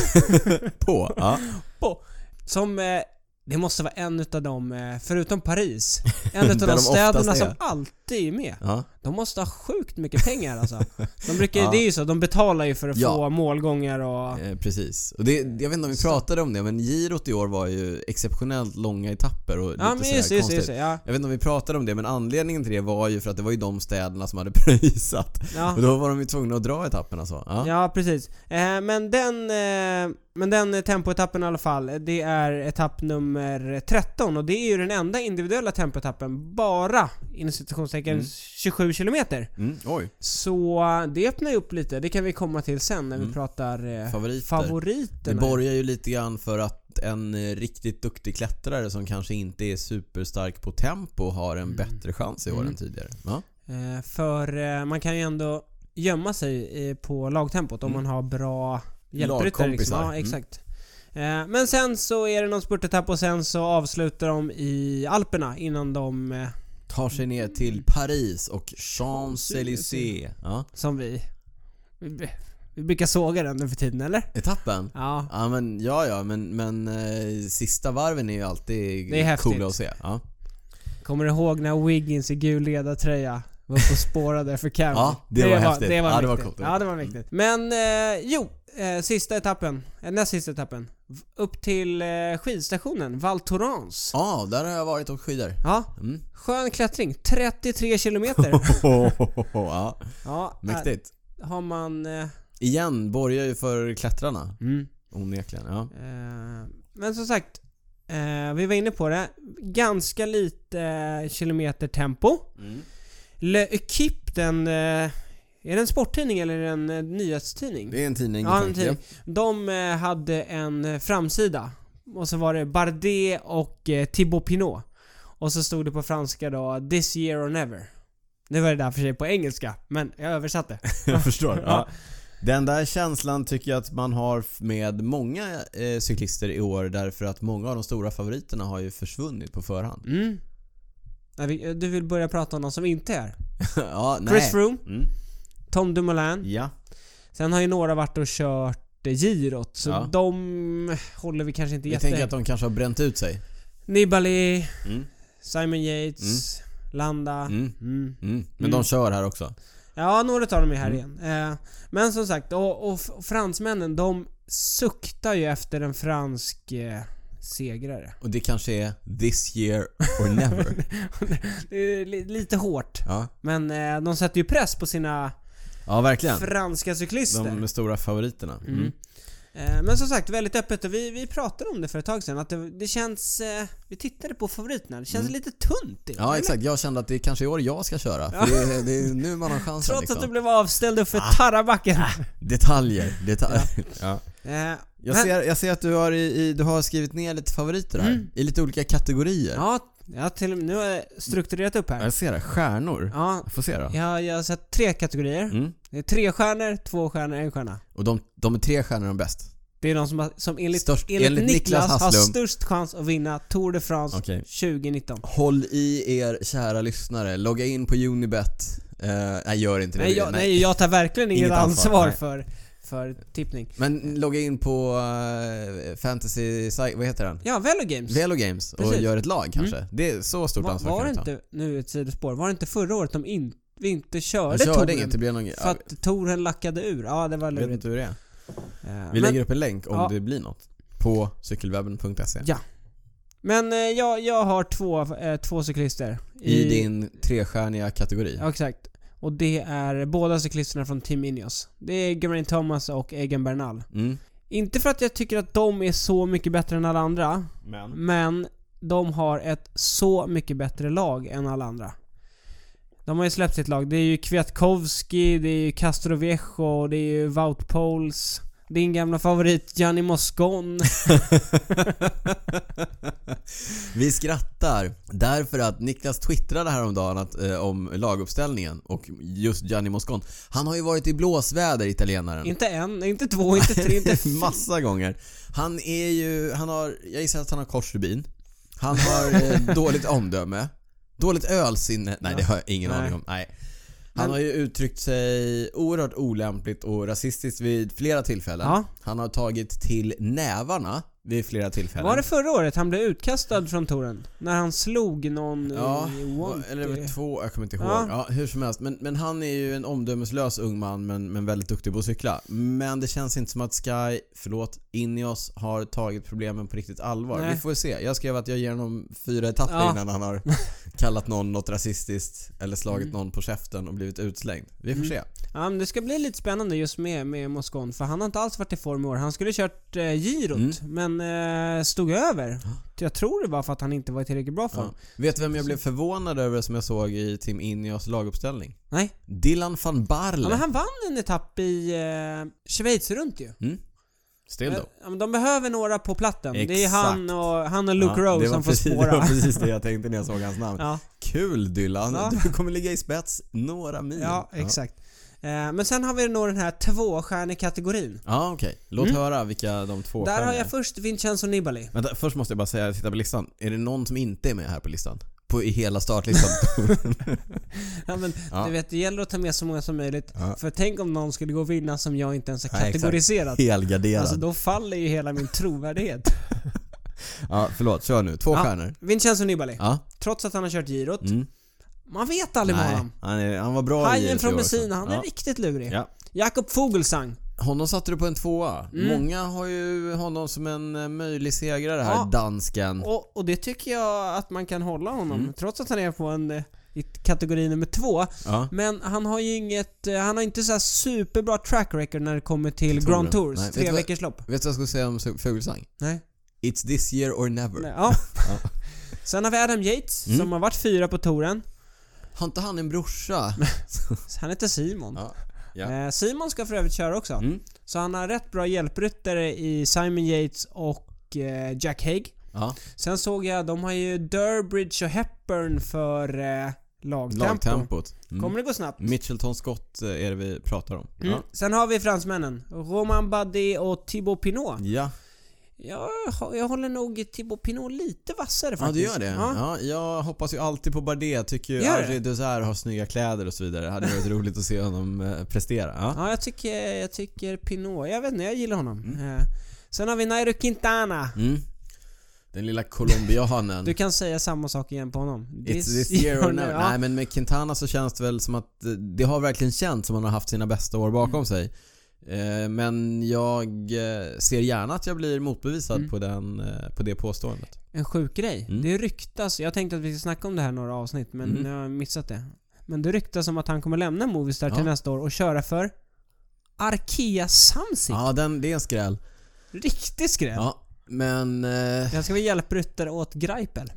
På? Ja. på som eh, det måste vara en utav dem, eh, förutom Paris, en utav Där de de städerna oftast som är. alltid är med. Ja. De måste ha sjukt mycket pengar alltså. De brukar, Ja. det är ju så, de betalar ju för att Ja. få målgångar och... Eh, precis. Och det, jag vet inte om vi pratade om det, men girot i år var ju exceptionellt långa etapper och Ja, lite men just sådär det, just det, konstigt. just det, ja. Jag vet inte om vi pratade om det, men anledningen till det var ju för att det var ju de städerna som hade pröjsat. Ja. Och då var de ju tvungna att dra etapperna så. Ja. Ja, precis. Eh, men den eh, men den tempoetappen i alla fall, det är etapp nummer tretton och det är ju den enda individuella tempoetappen, bara inom citationstecken Mm. tjugosju kilometer. Mm, oj. Så det öppnar ju upp lite, det kan vi komma till sen när vi Mm. pratar eh, Favoriter. Det favoriterna. borgar ju lite grann för att en eh, riktigt duktig klättrare som kanske inte är superstark på tempo har en Mm. bättre chans i år Mm. än tidigare. Ja. Eh, för eh, man kan ju ändå gömma sig eh, på lagtempot om Mm. man har bra hjälpryttare liksom. Lagkompisar. Ja, Mm. exakt. Eh, men sen så är det någon spurtetapp och sen så avslutar de i Alperna innan de, eh, Tar sig ner till Paris och Champs-Élysées. Ja. som vi, vi vi brukar såga den nu för tiden, eller? Etappen? Ja. Ja men ja ja men, men eh, sista varven är ju alltid Det är häftigt. coola att se. Ja. Kommer du ihåg när Wiggins i gul ledartröja var på spårade för Cam? Ja, det var häftigt. Det var, Ja, det var viktigt. coolt. Ja, det var viktigt. Men eh, jo, eh, sista etappen, eh, näst sista etappen, V- upp till eh, skidstationen Val Thorens. Ja, där har jag varit och skidor. Ja, Mm. skön klättring, trettiotre kilometer. Ja, Ja, mäktigt. äh, har man... Eh, Igen, borgar ju för klättrarna. mm, Onekligen, ja. eh, men som sagt, eh, vi var inne på det. Ganska lite eh, kilometer tempo. Mm. Le Equipe, den... Eh, är det en sporttidning eller är det en eh, nyhetstidning? Det är en tidning. Ja, en faktiskt. tidning. De eh, hade en eh, framsida. Och så var det Bardet och eh, Thibaut Pinot. Och så stod det på franska då, This year or never. Nu var det där för sig på engelska, men jag översatte. Jag förstår. Ja. Den där känslan tycker jag att man har med många eh, cyklister i år, därför att många av de stora favoriterna har ju försvunnit på förhand. Mm. Nej, vi- Du vill börja prata om någon som inte är. Ja, nej. Chris Froome, Mm. Tom Dumoulin. Ja. Sen har ju några varit och kört eh, girot. Så Ja. de håller vi kanske inte Jag jätte... tänker att de kanske har bränt ut sig. Nibali, Mm. Simon Yates, Landa. Mm. Mm. Mm. Men Mm. de kör här också. Ja, några av dem är här Mm. igen. Eh, men som sagt, och, och, och fransmännen, de suktar ju efter en fransk eh, segrare. Och det kanske är this year or never. Det är li, lite hårt. Ja, Men eh, de sätter ju press på sina ja verkligen. franska cyklister. De är stora favoriterna. Mm. Mm. Eh, men som sagt, väldigt öppet. Och vi, vi pratade om det för ett tag sedan. Att det, det känns... Eh, vi tittade på favoriterna. Det känns Mm. lite tunt. Det, Ja, eller? exakt. Jag kände att det kanske i år jag ska köra. Ja. För det, är- det är nu man har chansen. Trots liksom. att du blev avställd upp för Ah. Tarabacken. Detaljer. Detaljer. Ja. Eh, Jag, men- ser, jag ser att du har, i, i, du har skrivit ner lite favoriter här. Mm. I lite olika kategorier. Ja, jag till, nu har jag strukturerat upp här. Jag ser det. Stjärnor. Ja, Jag får se då. jag, jag har sett tre kategorier. Mm. Det är tre stjärnor, två stjärnor, en stjärna. Och de, de är tre stjärnor de bäst. Det är de som, har, som enligt, Störst- enligt, enligt Niklas, Niklas har Hasslum. störst chans att vinna Tour de France Okej. tjugonitton. Håll i er kära lyssnare. Logga in på Unibet. Uh, nej, gör inte det. Nej jag, nej, jag tar verkligen inget Inget ansvar, ansvar, nej. för, för tippning. Men logga in på uh, Fantasy... Vad heter den? Ja, Velo Games. Velo Games och Precis. gör ett lag kanske. Mm. Det är så stort var, ansvar var det kan du ta. inte, nu ett sidospår, var det inte förra året de in, vi inte körde Jag körde touren inget, det blev någon... för att touren lackade ur? Ja, det var Jag vet lurigt. inte hur det är. Eh, Vi men, lägger upp en länk om Ja. det blir något. På cykelwebben punkt se. Ja. Men eh, jag, jag har två, eh, två cyklister I din trestjärniga kategori. Ja, exakt. Och det är båda cyklisterna från Team Ineos. Det är Geraint Thomas och Egan Bernal. Mm. Inte för att jag tycker att de är så mycket bättre än alla andra, Men? men de har ett så mycket bättre lag än alla andra. De har ju släppt sitt lag. Det är ju Kwiatkowski, det är ju Castroviejo, det är ju Wout Poels, din gamla favorit Gianni Moscon. Vi skrattar därför att Niklas twittrade häromdagen att, eh, om laguppställningen och just Gianni Moscon. Han har ju varit i blåsväder, italienaren. Inte en, inte två, inte tre, inte fyra. Massa gånger. Han är ju, han har, jag gissar att han har korsrubin. Han har eh, dåligt omdöme. Dåligt ölsinne. Nej, Ja. det har jag ingen Nej. aning om. Nej. Han Men- har ju uttryckt sig oerhört olämpligt och rasistiskt vid flera tillfällen. Ja. Han har tagit till nävarna vid flera tillfällen. Var det förra året han blev utkastad från touren? När han slog någon Ja, i Want- eller det var två, jag kommer inte ihåg. Ja. Ja, hur som helst. Men, men han är ju en omdömeslös ung man men, men väldigt duktig på att cykla. Men det känns inte som att Sky, förlåt, Ineos har tagit problemen på riktigt allvar. Nej. Vi får se. Jag skrev att jag ger honom fyra etapper Ja. innan han har kallat någon något rasistiskt eller slagit Mm. någon på käften och blivit utslängd. Vi får Mm. se. Ja, men det ska bli lite spännande just med, med Moscon. För han har inte alls varit i form i år. Han skulle kört eh, girot, men eh, stod över. Jag tror det var för att han inte var i tillräckligt bra form. Ja. Vet du vem jag blev förvånad över som jag såg i Team Ineos laguppställning? Nej. Dylan van Barle. Ja, men han vann en etapp i eh, Schweiz runt ju. Mm. Still då. Ja, men de behöver några på platten. Det är Exakt. han och, han och Luke Ja, Rowe det var som får precis, spåra. Det var precis det jag tänkte när jag såg hans namn. Ja, Kul Dylan, Ja. du kommer ligga i spets några mil. ja, exakt. Eh, men sen har vi nog den här tvåstjärnig kategorin. Ja, okej. Låt Mm. höra vilka de två Där har stjärnor jag är. först Vincenzo Nibali. Vänta, först måste jag bara säga, titta på listan. Är det någon som inte är med här på listan? På i hela startlistan? Ja, men Ja. du vet, det gäller att ta med så många som möjligt. Ja. För tänk om någon skulle gå och vinna som jag inte ens har Nej, exakt. kategoriserat. Helgarderad. Alltså då faller ju hela min trovärdighet. Ja, förlåt. Kör nu. Två Ja. stjärnor. Vincenzo Nibali. Ja. Trots att han har kört girot. Mm. Man vet aldrig med Nej, honom. han, är, han var bra i Hajen G P från också. Messina, han är Ja. riktigt lurig. Ja. Jakob Fuglsang. Honom satte du på en tvåa. Mm. Många har ju honom som en eh, möjlig segrare här, Ja. dansken. Och, och det tycker jag att man kan hålla honom. Mm. Trots att han är på en eh, i kategori nummer två. Ja. Men han har ju inget, eh, han har inte så här superbra track record när det kommer till Tror Grand du? Tours. Nej, vet Tre du vad- veckors lopp. Vet du vad jag skulle säga om Fuglsang? Nej. It's this year or never. Nej. Ja. Ja. Sen har vi Adam Yates Mm. som har varit fyra på touren. Har inte han en brorsa? Han heter Simon. Ja. Ja. Eh, Simon ska för övrigt köra också. Mm. Så han har rätt bra hjälpryttare i Simon Yates och eh, Jack Haig. Ja. Sen såg jag, de har ju Durbridge och Hepburn för eh, lagtempo. Lagtempot. Mm. Kommer det gå snabbt? Mitchelton Scott eh, är det vi pratar om. Mm. Ja. Sen har vi fransmännen. Romain Bardet och Thibaut Pinot. Ja. Jag, jag håller nog Thibaut Pinot lite vassare Ja, faktiskt. du gör det. Ja. Ja, jag hoppas ju alltid på Bardet. Tycker ju Gör det? Argy Dessert har snygga kläder och så vidare. Det hade varit roligt att se honom eh, prestera. Ja. Ja, jag tycker, jag tycker Pinot. Jag vet inte, jag gillar honom. Mm. Eh, sen har vi Nairo Quintana. Mm. Den lilla colombianen. Du kan säga samma sak igen på honom. It's this year or never. Ja. Nej, men med Quintana så känns det väl som att det har verkligen känts som att han har haft sina bästa år bakom mm. sig. Eh, men jag ser gärna att jag blir motbevisad mm. på, den, eh, på det påståendet. En sjuk grej. Mm. Det ryktas, jag tänkte att vi ska snacka om det här några avsnitt, men mm. jag har missat det. Men det ryktas om att han kommer lämna Movistar ja. till nästa år och köra för Arkea Samsic. Ja, den, det är en skräll. Riktigt skräll. Ja. Men eh... jag ska väl hjälpryttare åt Greipel.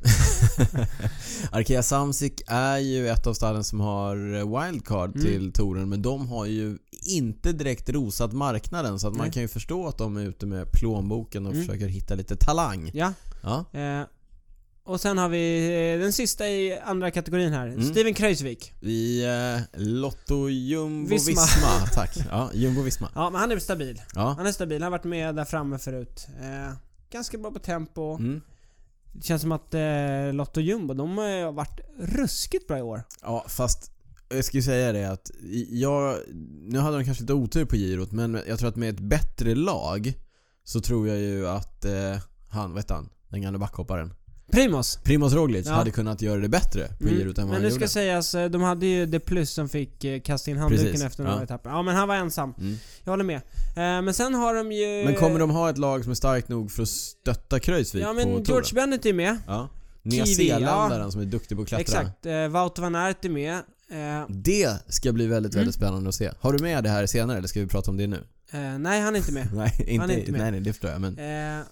Arkea Samsic är ju ett av stallen som har wildcard mm. till touren, men de har ju inte direkt rosat marknaden, så att man kan ju förstå att de är ute med plånboken och mm. försöker hitta lite talang. Ja. Ja. Eh, och sen har vi den sista i andra kategorin här. Mm. Steven Kruijswijk. I eh, Lotto Jumbo Visma. Visma. Tack. Ja, Jumbo Visma. Ja, men han är stabil. Ja. Han är stabil. Han har varit med där framme förut. Eh, ganska bra på tempo. Mm. Det känns som att eh, Lotto Jumbo, de har varit ruskigt bra i år. Ja, fast jag skulle säga det att jag, nu hade de kanske lite otur på girot, men jag tror att med ett bättre lag så tror jag ju att eh, han, vet han, den gamla backhopparen Primoz Primoz Roglic ja. hade kunnat göra det bättre på mm. girot än vad men han nu gjorde. Ska sägas, de hade ju det plus som fick kasta in handduken Precis. efter några ja. etapper. Ja, men han var ensam. Mm. Jag håller med. Eh, men sen har de ju... Men kommer de ha ett lag som är starkt nog för att stötta Kruijswijk ja, men på George touren? Bennett är med. Ja. Nya Zeeländaren ja. som är duktig på att klättra. Exakt. Eh, Wout van Aert är med. Eh, det ska bli väldigt, väldigt mm. spännande att se. Har du med det här senare eller ska vi prata om det nu? Eh, nej, han är inte med. nej, inte, han är inte med. nej, nej, det förstår jag. Men... Eh,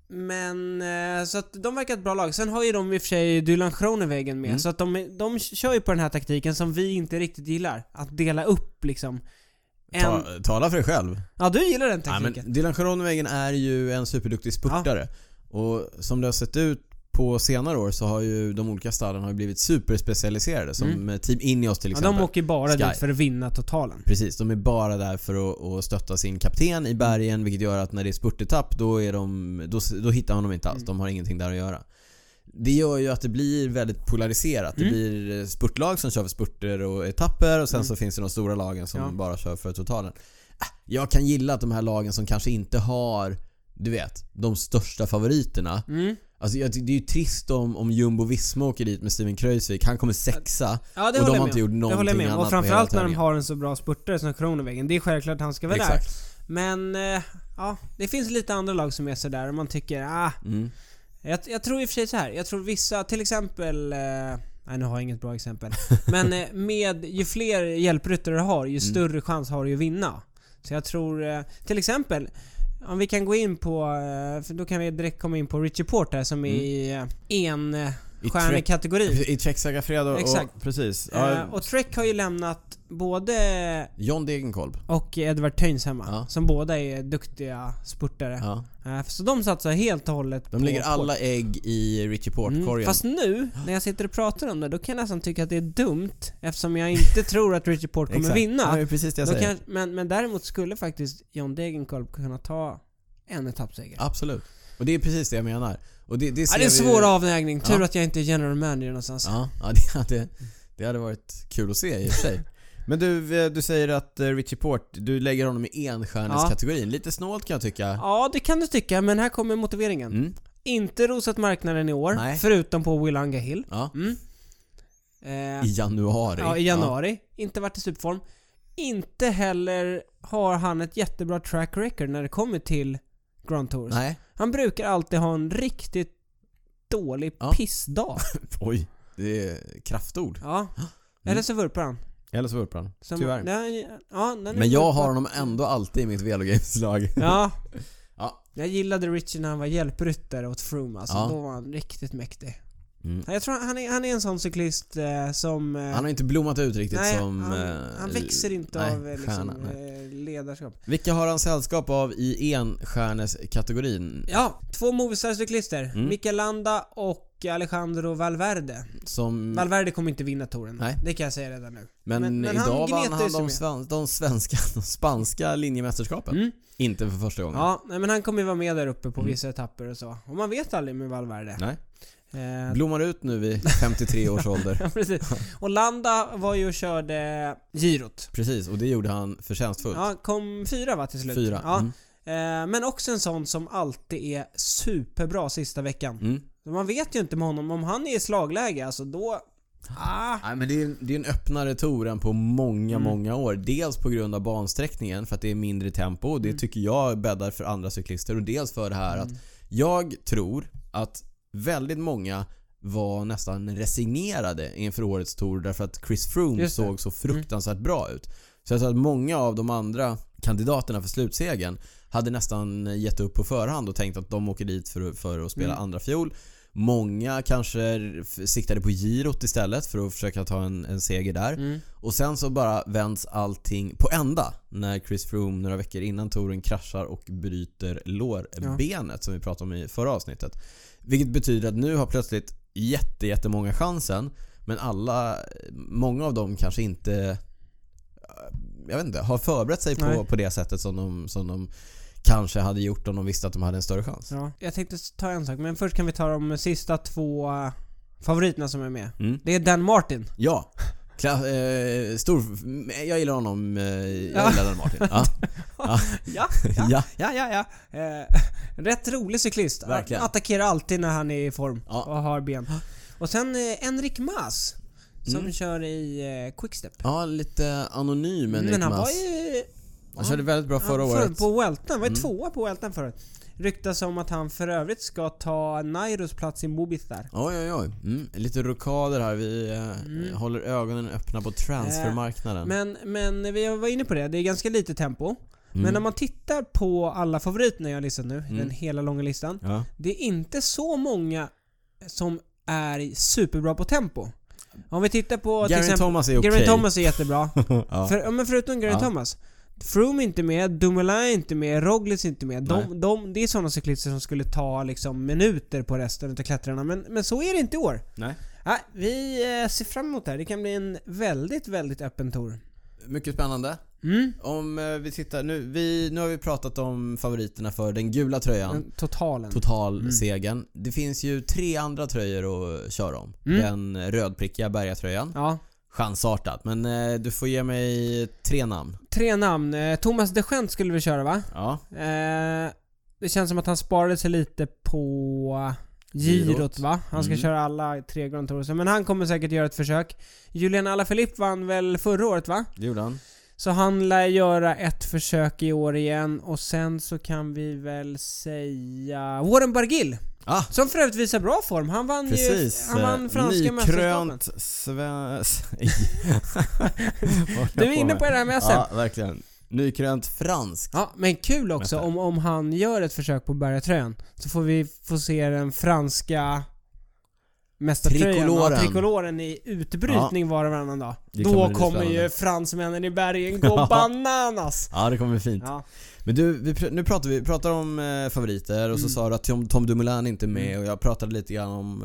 Men eh, så att de verkar ett bra lag. Sen har ju de i och för sig Dylan Groenewegen med mm. så att de, de kör ju på den här taktiken som vi inte riktigt gillar. Att dela upp liksom en... Ta, Tala för dig själv. Ja, du gillar den taktiken. Ja, men Dylan Groenewegen är ju en superduktig spurtare ja. Och som det har sett ut på senare år så har ju de olika stallen har blivit superspecialiserade som mm. Team Ineos till exempel. Ja, de åker bara Sky. Dit för att vinna totalen. Precis, de är bara där för att, att stötta sin kapten i bergen, vilket gör att när det är spurtetapp då, är de, då, då hittar man dem inte alls. Mm. De har ingenting där att göra. Det gör ju att det blir väldigt polariserat. Mm. Det blir spurtlag som kör för spurter och etapper och sen mm. så finns det de stora lagen som ja. bara kör för totalen. Jag kan gilla att de här lagen som kanske inte har, du vet, de största favoriterna mm. Alltså det är ju trist om, om Jumbo Visma åker dit med Steven Kruijswijk. Han kommer sexa ja, det och de har med. inte gjort någonting med. annat. Och framförallt när de har en så bra spurtare som Groenewegen. Det är självklart att han ska vara Exakt. där. Men eh, ja, det finns lite andra lag som är så där och man tycker ah, mm. jag, jag tror i och för sig så här. Jag tror vissa, till exempel eh, nej, nu har jag inget bra exempel. Men eh, med ju fler hjälpryttare du har, ju större mm. chans har du att vinna. Så jag tror eh, till exempel om vi kan gå in på, för då kan vi direkt komma in på Richie Porte som är mm. i en stjärnekategori. I Trek Segafredo. Exakt. Och, precis. Uh, ja. Och Trek har ju lämnat både John Degenkolb och Edvard Tönshemma ja. som båda är duktiga spurtare. Ja. Uh, så de satsar helt och hållet de på lägger alla Port. ägg i Richie Porte-korgen. Mm, fast nu, när jag sitter och pratar om det, då kan jag nästan tycka att det är dumt eftersom jag inte tror att Richie Porte kommer vinna. Ja, det är precis det jag säger. Kan, men, men däremot skulle faktiskt John Degenkolb kunna ta en etappseger. Absolut. Och det är precis det jag menar. Och det, det, ja, det är en svår vi... avvägning. Tur ja. att jag inte är general manager någonstans. Ja, ja det, hade, det hade varit kul att se i och för sig. Men du, du säger att Richie Porte, du lägger honom i enstjärneskategorin. Ja. Lite snålt kan jag tycka. Ja, det kan du tycka, men här kommer motiveringen. Mm. Inte rosat marknaden i år, Nej. förutom på Willanga Hill. Ja. Mm. Eh, I januari. Ja, i januari. Ja. Inte varit i superform. Inte heller har han ett jättebra track record när det kommer till Grand Tours. Nej. Han brukar alltid ha en riktigt dålig ja. pissdag. Oj, det är kraftord. Ja. Eller så vurpar han. Eller så vurpar han, tyvärr. Den, ja, den Men jag har honom ändå alltid i mitt Velogames-lag. Ja. ja. Jag gillade Richie när han var hjälpryttare åt Froome. Alltså, ja. Då var han riktigt mäktig. Mm. Jag tror han är, han är en sån cyklist eh, som... Eh, han har inte blommat ut riktigt nej, som... Han, eh, han växer inte nej, av liksom, stjärna, eh, ledarskap. Vilka har han sällskap av i enstjärneskategorin? Ja, två Movistar-cyklister. Mm. Mikael Landa och Alejandro Valverde. Som... Valverde kommer inte vinna touren. Nej. Det kan jag säga redan nu. Men, men, men idag vann han de, sven, de svenska, de spanska linjemästerskapen. Mm. Inte för första gången. Ja, nej, men han kommer ju vara med där uppe på mm. vissa etapper och så. Och man vet aldrig med Valverde. Nej. Eh, Blommar ut nu vid femtiotre års ålder. Ja, precis. Och Landa var ju och körde girot. Precis, och det gjorde han förtjänstfullt. Ja, kom fyra va till slut. Fyra. Ja. Eh, men också en sån som alltid är superbra sista veckan. Mm. Man vet ju inte med honom, om han är i slagläge, alltså då... Ah. Nej, men det är, det är en öppnare tour än på många, Mm. många år. Dels på grund av bansträckningen, för att det är mindre tempo, och det Mm. tycker jag bäddar för andra cyklister. Och dels för det här Mm. att jag tror att väldigt många var nästan resignerade inför årets tour, därför att Chris Froome Just det. såg så fruktansvärt bra ut. Så jag tror att många av de andra kandidaterna för slutsegen hade nästan gett upp på förhand och tänkt att de åker dit för, för att spela Mm. andra fiol. Många kanske siktade på girot istället för att försöka ta en, en seger där. Mm. Och sen så bara vänds allting på ända när Chris Froome några veckor innan touren kraschar och bryter lårbenet, ja. Som vi pratade om i förra avsnittet. Vilket betyder att nu har plötsligt jätte, jättemånga chansen, men alla, många av dem kanske inte, jag vet inte, har förberett sig på, på det sättet som de, som de kanske hade gjort om de visste att de hade en större chans. Ja, jag tänkte ta en sak, men först kan vi ta de sista två favoriterna som är med. Mm. Det är Dan Martin. Ja, Kla- eh, stor, jag gillar honom, eh, jag Ja. gillar Dan Martin. Ja. Ja. Ja, ja, Ja. ja, ja, ja. Eh, rätt rolig cyklist. Verkligen. Attackerar alltid när han är i form, Ja. och har ben. Och sen eh, Enric Mas som Mm. kör i eh, Quickstep. Ja, lite anonym men Men han Mas. var ju... Han körde väldigt bra förra Ja, året. På Welton, var ju Mm. tvåa på Welton förut. Ryktas om att han för övrigt ska ta Nairos plats i Movistar. Oj, oj, oj. Mm. Lite rokader här. Vi eh, Mm. håller ögonen öppna på transfermarknaden. Men, men vi var inne på det, det är ganska lite tempo. Mm. Men när man tittar på alla favoriterna jag har listat nu, Mm. den hela långa listan. Ja. Det är inte så många som är superbra på tempo. Om vi tittar på till Geraint exempel Thomas är okej. Geraint Thomas är jättebra. Ja. För, ja, men förutom Geraint Ja. Thomas, Froome är inte med, Dumoulin är inte med, Roglic är inte med. De, de, det är sådana cyklister som skulle ta liksom minuter på resten av klättrarna. Men, men så är det inte i år. Nej. Ja, vi eh, ser fram emot det här. Det kan bli en väldigt, väldigt öppen tour. Mycket spännande. Mm. Om eh, vi tittar nu, vi, nu har vi pratat om favoriterna för den gula tröjan. Den totalen. Totalsegen. Det finns ju tre andra tröjor att köra om. Mm. Den rödprickiga bergatröjan. Ja. Chansartat. Men eh, du får ge mig tre namn. Tre namn. Eh, Thomas de Gent skulle vi köra, va? Ja. Eh, det känns som att han sparade sig lite på girot, Girot. va? Han ska Mm. köra alla tre Grand Tours. Men han kommer säkert göra ett försök. Julian Alaphilippe vann väl förra året, va? Det gjorde han. Så han lär göra ett försök i år igen. Och sen så kan vi väl säga Warren Barguil. Ah, Som för övrigt visar bra form. Han vann precis. ju... Han vann franska mästerskapen. Nykrönt svensk... Du är inne på det här med S M. Ja, verkligen. Nykrönt fransk. Ja, men kul också Mästare. om, om han gör ett försök på bergatröjan. Så får vi få se den franska mästartröjan. Trikoloren. Ja, trikoloren i utbrytning var och varannan dag. Det Då kommer kommer, bli ju spännande. fransmännen i bergen gå bananas. Ja, det kommer bli fint. Ja. Men du, vi, pr- nu pratar vi pratar om eh, favoriter och så Mm. sa du att Tom, Tom Dumoulin inte är med Mm. och jag pratade lite grann om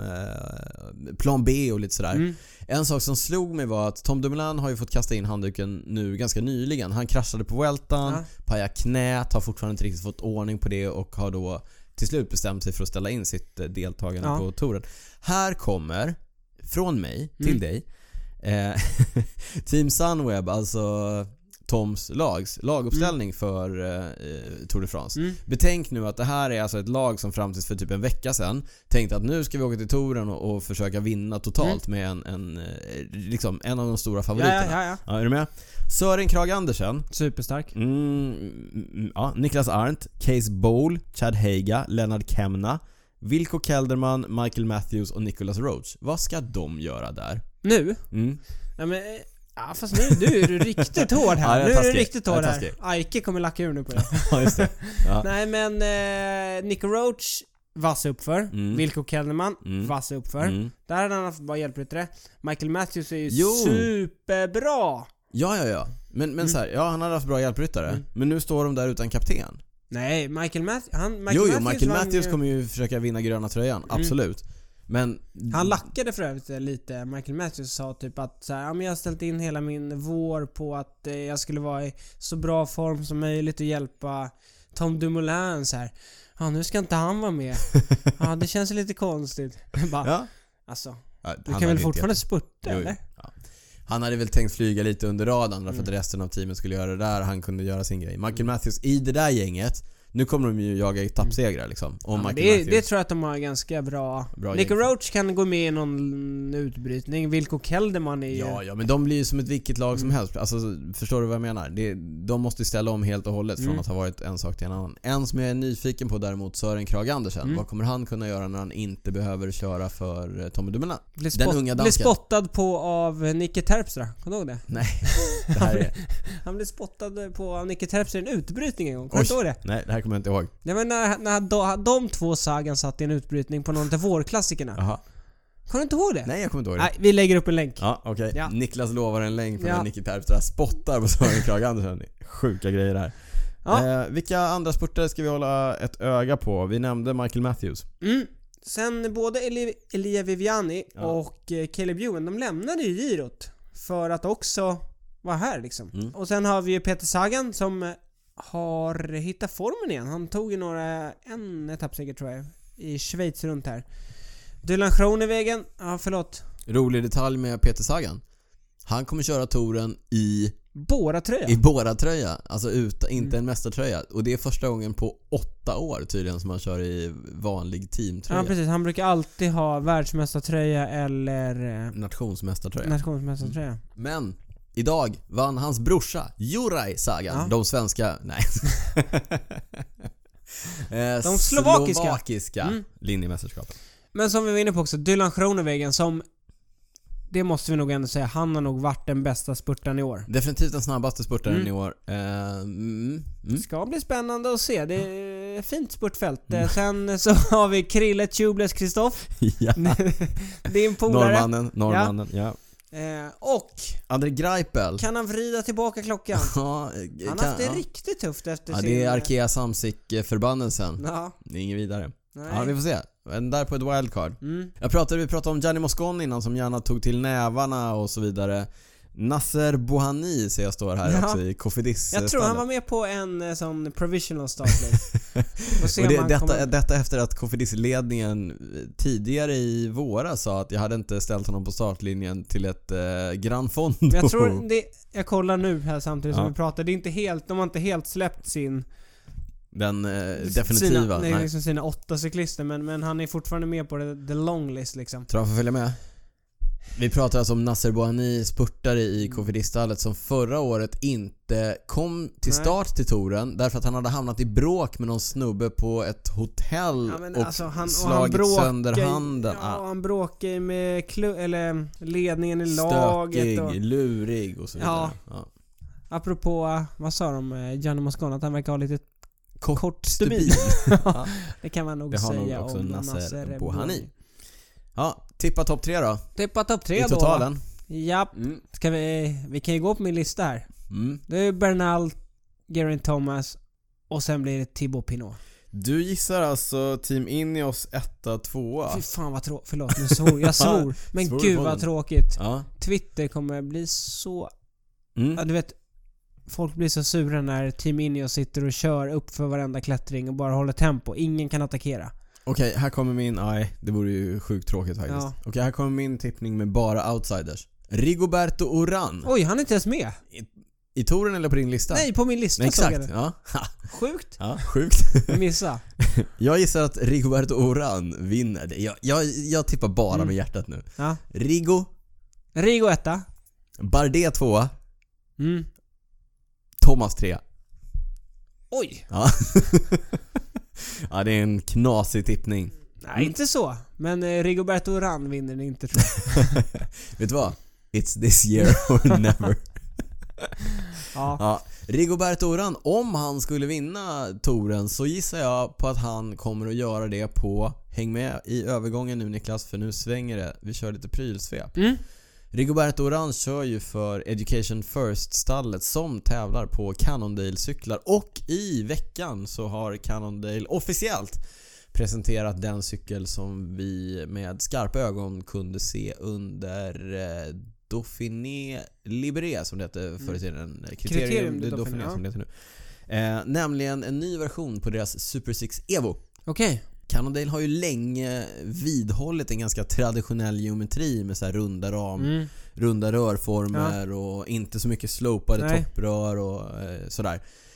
eh, plan B och lite sådär. Mm. En sak som slog mig var att Tom Dumoulin har ju fått kasta in handduken nu ganska nyligen. Han kraschade på Vueltan, Ja. pajade knät, har fortfarande inte riktigt fått ordning på det och har då till slut bestämt sig för att ställa in sitt eh, deltagande Ja. på touren. Här kommer från mig till Mm. dig eh, Team Sunweb, alltså Toms lags laguppställning för eh, Tour de France. Mm. Betänk nu att det här är alltså ett lag som fram tills för typ en vecka sedan tänkte att nu ska vi åka till touren och, och försöka vinna totalt med en, en, eh, liksom en av de stora Ja, favoriterna. ja, ja, ja. Ja, är du med? Sören Kragh Andersen, Superstark. mm, mm, ja, Niklas Arndt, Case Bowl, Chad Heiga, Lennart Kemna, Wilco Kelderman, Michael Matthews och Nicholas Roach. Vad ska de göra där? Nu? Mm. Ja, men... Ja, fast nu, nu är du riktigt hård här. Ja, jag är nu är du taskig. riktigt Jag är hård här. taskig. Aike kommer lacka ur nu på det. Ja, just det. Ja. Nej, men eh, Nico Roach vass uppför. Mm. Wilco Kelderman Mm. vass uppför. Mm. Där hade han haft bara hjälpryttare. Michael Matthews är ju Jo. superbra. Ja, ja, ja. Men, men Mm. så här, ja, han hade haft bra hjälpryttare. Mm. Men nu står de där utan kapten. Nej, Michael, Math- han, Michael jo, jo, Matthews Michael vann Matthews ju- kommer ju försöka vinna gröna tröjan. Absolut. Men Han lackade för övrigt lite. Michael Matthews sa typ att så här, ja, men jag har ställt in hela min vår på att eh, jag skulle vara i så bra form som möjligt och hjälpa Tom Dumoulin så här. Ja, nu ska inte han vara med. Ja, det känns lite konstigt. Bara, ja. alltså, Ja, du han kan hade väl fortfarande inte- spurta, Jo, jo. eller? Ja. Han hade väl tänkt flyga lite under radarn för att Mm. resten av teamet skulle göra det där. Han kunde göra sin grej. Michael Matthews i det där gänget, Nu kommer de ju jaga etappsegrar liksom. Ja, det, det tror jag att de har ganska bra. bra Nico Roach kan gå med i någon utbrytning. Wilco Kelderman är ju... Ja, ja, men de blir ju som ett vilket lag som mm. helst. Alltså, förstår du vad jag menar? Det, de måste ställa om helt och hållet från mm. att ha varit en sak till en annan. En som jag är nyfiken på däremot, Søren Kragh Andersen. Mm. Vad kommer han kunna göra när han inte behöver köra för Tommy Dumoulin? Blir spot- Den unga dansken. Blir spottad på av Nicke Terpstra. Kommer du ihåg det? Nej. Det här är... Han blev spottad på av Nicke Terpstra i en utbrytning en gång. Kommer du ihåg det? Nej, det här kommer jag inte ihåg. Ja, men när, när de, de två sagan satt i en utbrytning på någon av vårklassikerna. Jaha. Kommer du inte ihåg det? Nej, jag kommer inte ihåg det. Nej, vi lägger upp en länk. Ja, okej. Okay. Ja. Niklas lovar en länk från ja. Nicke Terpstra spottar på Søren Kragh Andersen. Sjuka grejer här. Ja. Eh, vilka andra spurter ska vi hålla ett öga på? Vi nämnde Michael Matthews. Mm. Sen både Eli- Elia Viviani ja. och eh, Caleb Ewan, de lämnade ju girot för att också vara här liksom. Mm. Och sen har vi ju Peter Sagan som har hittat formen igen. Han tog ju några, en etappseger tror jag, i Schweiz runt här. Dylan Groenewegen, ja förlåt. Rolig detalj med Peter Sagan. Han kommer köra touren i Bora-tröja. I Bora-tröja, alltså utan, inte mm. en mästartröja. Och det är första gången på åtta år tydligen som han kör i vanlig teamtröja. Ja precis, han brukar alltid ha världsmästartröja eller nationsmästartröja. Nationsmästartröja. Mm. Men idag vann hans brorsa Juraj Sagan, ja. de svenska, nej. de slovakiska, slovakiska mm. linjemästerskapen. Men som vi var inne på också, Dylan Groenewegen som, det måste vi nog ändå säga, han har nog varit den bästa spurtaren i år. Definitivt den snabbaste spurtaren mm. i år. Uh, mm, mm. Ska bli spännande att se. Det är ett fint spurtfält. Mm. Sen så har vi Krille Tubeless Kristoff. Ja. Din polare. Norrmannen, norrmannen, ja. ja. Eh, och André Greipel. Kan han vrida tillbaka klockan? Ja, han har haft det ja. riktigt tufft efter ja, sin... det är Arkea Samsic-förbannelsen. Ja. Det är ingen vidare. Nej. Ja, vi får se. Men där på ett wildcard. Mm. Jag pratade, vi pratade om Gianni Moscon innan som gärna tog till nävarna och så vidare. Nasser Bouhanni ser jag står här ja. också i Cofidis. Jag tror han var med på en sån provisional startlist. och det, detta, kommer... detta efter att Cofidis-ledningen tidigare i våra sa att jag hade inte ställt honom på startlinjen till ett eh, Gran Fondo. Jag tror det, jag kollar nu här samtidigt som ja. vi pratar. Det är inte helt, de har inte helt släppt sin den eh, definitiva sina, nej, liksom sina åtta cyklister, men, men han är fortfarande med på the, the long list liksom. Tror han får följa med? Vi pratar alltså om Nasser Bouhanni, spurtare i Cofidis-stallet som förra året inte kom till start Nej. till touren därför att han hade hamnat i bråk med någon snubbe på ett hotell ja, och alltså han, slagit och han sönder handen. Ja, ah. han bråkade med klu- eller ledningen i laget. Stökig, och, lurig och så vidare. Ja. Ja. Apropå, vad sa de, Gianni Moscon, att han verkar ha lite kort, kort stubin. stubin. ja. Det kan man nog det säga nog också om Nasser, Nasser Bouhanni. Ja, tippa topp tre då. Tippa topp tre I då. totalen. Ja, mm. Ska vi, vi kan ju gå på min lista här. Mm. Det är Bernal, Geraint Thomas och sen blir det Thibaut Pinot. Du gissar alltså Team Ineos etta, tvåa. Fy fan vad tråkigt. Förlåt, nu svor. Jag svor. Men svor gud vad tråkigt. Ja. Twitter kommer bli så... Mm. Ja, du vet, folk blir så sura när Team Ineos sitter och kör upp för varenda klättring och bara håller tempo. Ingen kan attackera. Okej, okay, här kommer min... Nej, det vore ju sjukt tråkigt faktiskt. Ja. Okej, okay, här kommer min tippning med bara outsiders. Rigoberto Urán. Oj, han är inte ens med. I, i touren eller på din lista? Nej, på min lista. Exakt, ja. Sjukt. Ja, sjukt. Missa. Jag gissar att Rigoberto Urán vinner. Jag, jag, jag tippar bara mm. med hjärtat nu. Ja. Rigo. Rigo etta. Bardet tvåa. Mm. Thomas trea. Oj. Ja. Ja, det är en knasig tippning. Nej, mm. inte så. Men eh, Rigoberto Urán vinner det inte, tror jag. Vet du vad? It's this year or never. ja. Ja. Rigoberto Urán, om han skulle vinna touren så gissar jag på att han kommer att göra det på... Häng med i övergången nu, Niklas, för nu svänger det. Vi kör lite prylsvep. Mm. Rigoberto Urán kör ju för Education First-stallet som tävlar på Cannondale-cyklar. Och i veckan så har Cannondale officiellt presenterat den cykel som vi med skarpa ögon kunde se under eh, Dauphiné Libéré, som det hette förr i tiden. Kriterium, Kriterium de Dauphiné, som det heter nu. Eh, nämligen en ny version på deras Super Six Evo. Okej. Okay. Cannondale har ju länge vidhållit en ganska traditionell geometri med så här runda ram, mm. runda rörformer ja. och inte så mycket slopade Nej. topprör och eh, sådär.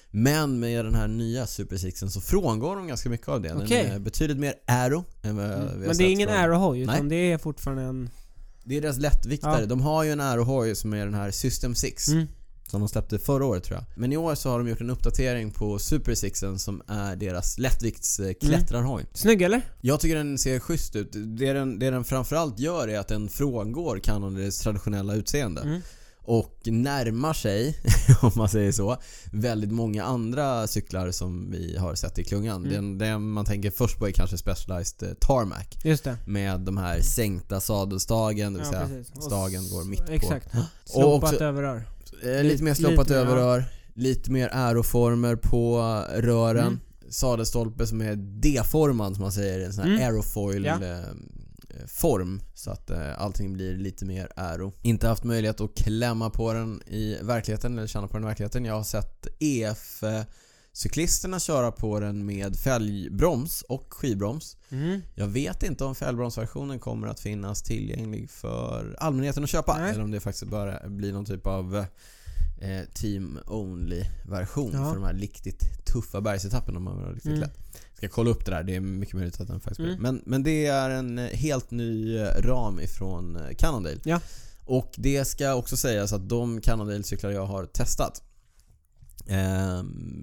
Men med den här nya Super Sixen så frångår de ganska mycket av det. Den okay. är betydligt mer aero än vad mm. vi har Men det är ingen från... aerohoj utan Nej. det är fortfarande en... Det är deras lättviktare. Ja. De har ju en aerohoj som är den här System sex. Mm. Som de släppte förra året tror jag. Men i år så har de gjort en uppdatering på Super Sixen som är deras lättviktsklättrarhoj. Mm. Snygg eller? Jag tycker den ser schysst ut. Det den, det den framförallt gör är att den frångår Cannondales traditionella utseende. Mm. Och närmar sig, om man säger så, väldigt många andra cyklar som vi har sett i klungan. Mm. Den, den man tänker först på är kanske Specialized Tarmac. Just det. Med de här sänkta sadelstagen, det vill ja, säga stagen går mitt på. Exakt. Slopat överrör. Eh, lite mer slopat lite, överrör. Ja. Lite mer aeroformer på rören. Mm. Sadelstolpe som är D-formad som man säger, en sån här mm. aerofoil ja. eh, form så att eh, allting blir lite mer aero. Inte haft möjlighet att klämma på den i verkligheten eller känna på den i verkligheten. Jag har sett E F-cyklisterna köra på den med fälgbroms och skivbroms. Mm. Jag vet inte om fälgbromsversionen kommer att finnas tillgänglig för allmänheten att köpa. Nej. Eller om det faktiskt bara blir någon typ av eh, team-only-version ja. För de här riktigt tuffa bergsetapperna om man har riktigt mm. lätt. Ska kolla upp det där, det är mycket möjligt att den faktiskt mm. men, men det är en helt ny ram ifrån Cannondale. Ja. Och det ska också sägas att de Cannondale-cyklar jag har testat eh,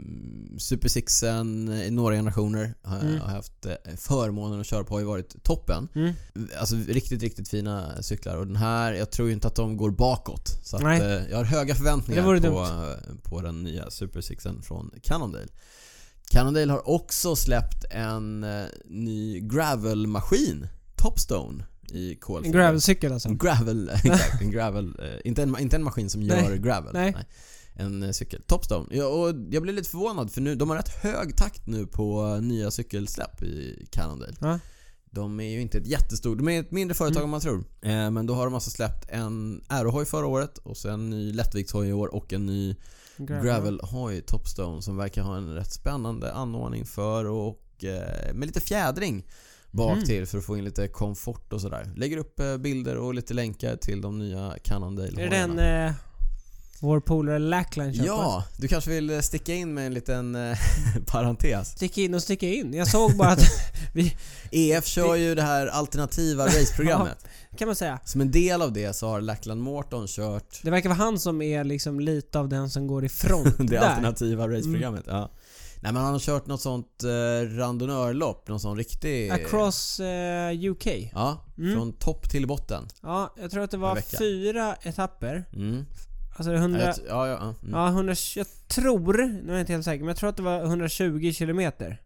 Super Sixen i några generationer har jag mm. haft förmånen att köra på, har ju varit toppen. Mm. Alltså riktigt, riktigt fina cyklar. Och den här, jag tror ju inte att de går bakåt. Så att, eh, jag har höga förväntningar på, på den nya Super Sixen från Cannondale. Cannondale har också släppt en uh, ny gravelmaskin, Topstone i kolfyr. En gravelcykel alltså. En gravel, exakt, en gravel, uh, inte, en, inte en maskin som gör nej. gravel. Nej. Nej. En uh, cykel, Topstone. Ja, och jag blev lite förvånad för nu, de har rätt hög takt nu på uh, nya cykelsläpp i Cannondale. Ja. De är ju inte ett jättestort, de är ett mindre företag mm. om man tror. Eh, men då har de alltså släppt en aerohoj förra året och sen en ny lättviktshoj i år och en ny Gravel, Gravel Hoj Topstone som verkar ha en rätt spännande anordning för och eh, med lite fjädring bak mm. till för att få in lite komfort och sådär. Lägger upp eh, bilder och lite länkar till de nya Cannondale. Är det den eh, vår polare Lackline köper? Ja, du kanske vill sticka in med en liten eh, parentes. Sticka in och sticka in. Jag såg bara att vi E F kör ju det här alternativa raceprogrammet. Ja, kan man säga. Som en del av det så har Lachlan Morton kört. Det verkar vara han som är liksom lite av den som går i front det där. alternativa raceprogrammet, mm. ja. Nej, men han har kört något sånt eh, randonnörlopp, någon sån riktig Across eh, U K. Ja, mm. från topp till botten. Ja, jag tror att det var fyra etapper. Mm. Alltså det är hundra ja, ja, ja. Mm. Ja, hundra jag tror, nu är jag inte helt säker, men jag tror att det var hundratjugo kilometer.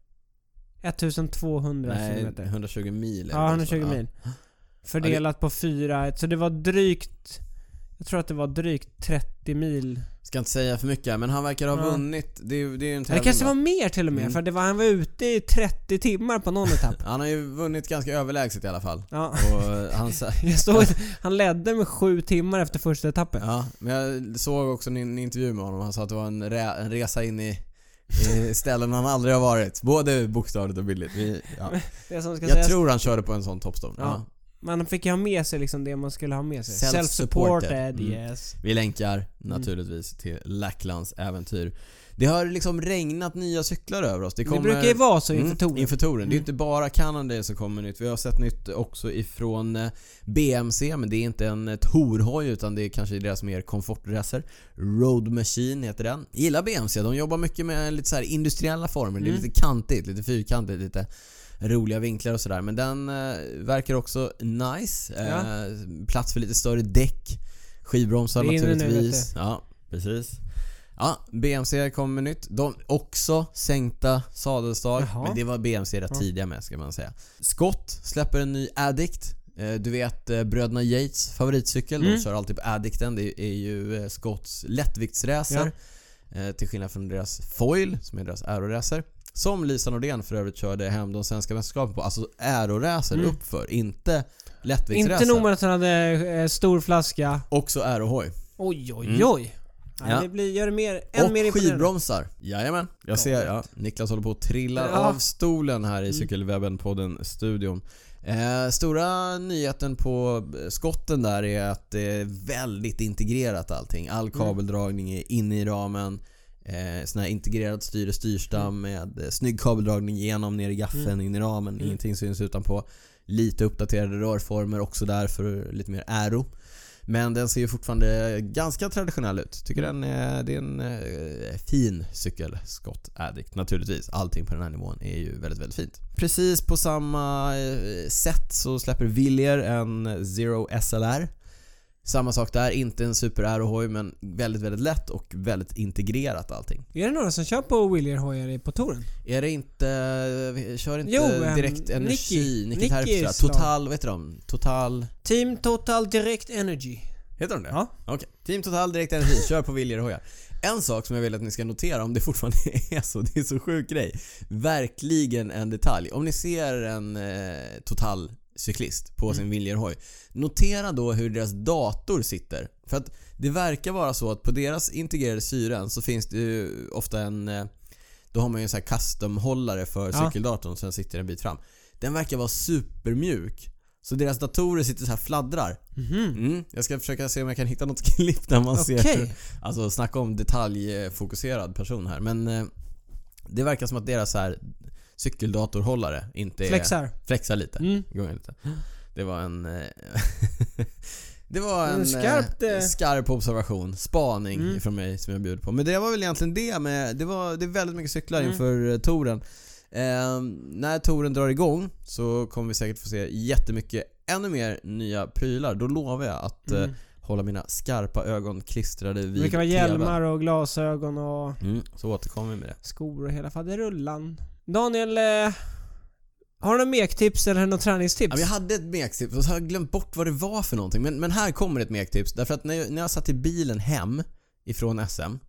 ettusentvåhundra Nej, kilometer. hundratjugo mil. Ja, hundratjugo mil. Ja. Fördelat ja, det... på fyra, så det var drygt, jag tror att det var drygt trettio mil. Ska inte säga för mycket, men han verkar ha ja. vunnit. Det, är, det är ju en tävling. Det kanske var mer till och med, mm. för det var, han var ute i trettio timmar på någon etapp. Han har ju vunnit ganska överlägset i alla fall. Ja. Och han, jag såg, han ledde med sju timmar efter första etappen. Ja, men jag såg också en intervju med honom. Han sa att det var en, re, en resa in i, i ställen han aldrig har varit. Både bokstavligt och bildligt. Vi, ja. det som ska jag sägas... tror han körde på en sån Topstone. Ja. Ja. Man fick ju ha med sig liksom det man skulle ha med sig. Self-supported, Self-supported yes. mm. Vi länkar naturligtvis mm. till Lacklands äventyr. Det har liksom regnat nya cyklar över oss. Det, kommer, det brukar ju vara så inför mm, touren. Inför touren. Mm. Det är inte bara Cannondale som kommer nytt. Vi har sett nytt också ifrån B M C, men det är inte en tourhoj utan det är kanske deras mer komfortracer. Road Machine heter den. Jag gillar B M C. De jobbar mycket med lite så här industriella former. Mm. Det är lite kantigt, lite fyrkantigt, lite roliga vinklar och sådär. Men den eh, verkar också nice. Ja. Eh, plats för lite större däck. Skivbromsar naturligtvis. Ja, precis. Ja, B M C kommer med nytt. De också sänkta sadelstag. Jaha. Men det var B M C rätt ja. tidiga med, ska man säga. Scott släpper en ny Addict. Eh, du vet eh, bröderna Yates favoritcykel. Mm. De kör alltid på Addicten. Det är ju eh, Scotts lättviktsracer. Ja. Eh, till skillnad från deras Foil, som är deras aeroracer. Som Lisa Nordén för övrigt körde hem de svenska mästerskapen på. Alltså aeroracer mm. uppför, inte lättviktsracer. Inte nog med att han hade eh, stor flaska. Också aerohoj. Oj, oj, oj. Mm. Ja. Det blir, gör det mer, än och mer skivbromsar. Jajamän. Jag ser, ja. Niklas håller på att trilla ja. av stolen här i Cykelwebben-podden-studion. Eh, stora nyheten på skotten där är att det är väldigt integrerat allting. All kabeldragning är inne i ramen. Eh, sån här integrerad styre styrstam mm. med eh, snygg kabeldragning genom ner i gaffeln, mm. in i ramen, mm. ingenting syns utanpå. Lite uppdaterade rörformer också där för lite mer aero. Men den ser ju fortfarande ganska traditionell ut. Tycker den är, det är en eh, fin cykel, Scott Addict. Naturligtvis, allting på den här nivån är ju väldigt, väldigt fint. Precis på samma eh, sätt så släpper Villier en Zero S L R. Samma sak där, inte en super aero-hoj men väldigt, väldigt lätt och väldigt integrerat allting. Är det några som kör på Willier-hojar på touren? Är det inte, kör inte jo, direkt um, energi, Nicky, Nicky Terpstra, Total, vad heter de? Total... Team Total Direct Energy. Heter de det? Ja. Okej, okay. Team Total Direct Energy, kör på Villier-hojar. En sak som jag vill att ni ska notera, om det fortfarande är så, det är så sjuk grej. Verkligen en detalj. Om ni ser en eh, Total cyklist på sin mm. Villier-hoj, notera då hur deras dator sitter. För att det verkar vara så att på deras integrerade syren så finns det ju ofta en, då har man ju en sån här custom-hållare för ja. cykeldatorn och sen sitter en bit fram. Den verkar vara supermjuk. Så deras datorer sitter så här fladdrar. Mm-hmm. Mm. Jag ska försöka se om jag kan hitta något klipp där man okay. ser, alltså snacka om detaljfokuserad person här. Men eh, det verkar som att deras så här cykeldatorhållare inte är, flexar. flexar lite. Mm. lite. Det var en det var en, en skarpt, eh, skarp observation, spaning mm. från mig som jag bjöd på. Men det var väl egentligen det med, det var det är väldigt mycket cyklar mm. inför eh, touren. Eh, när touren drar igång så kommer vi säkert få se jättemycket ännu mer nya prylar. Då lovar jag att mm. eh, hålla mina skarpa ögon klistrade vid det kan vara T V:n. hjälmar och glasögon och mm, så återkommer vi med det. Skor och hela faderullan. Daniel, eh, har du några mektips eller några träningstips? Ja, jag hade ett mektips och så har jag glömt bort vad det var för någonting. Men, men här kommer ett mektips. Därför att när jag, när jag satt i bilen hem ifrån S M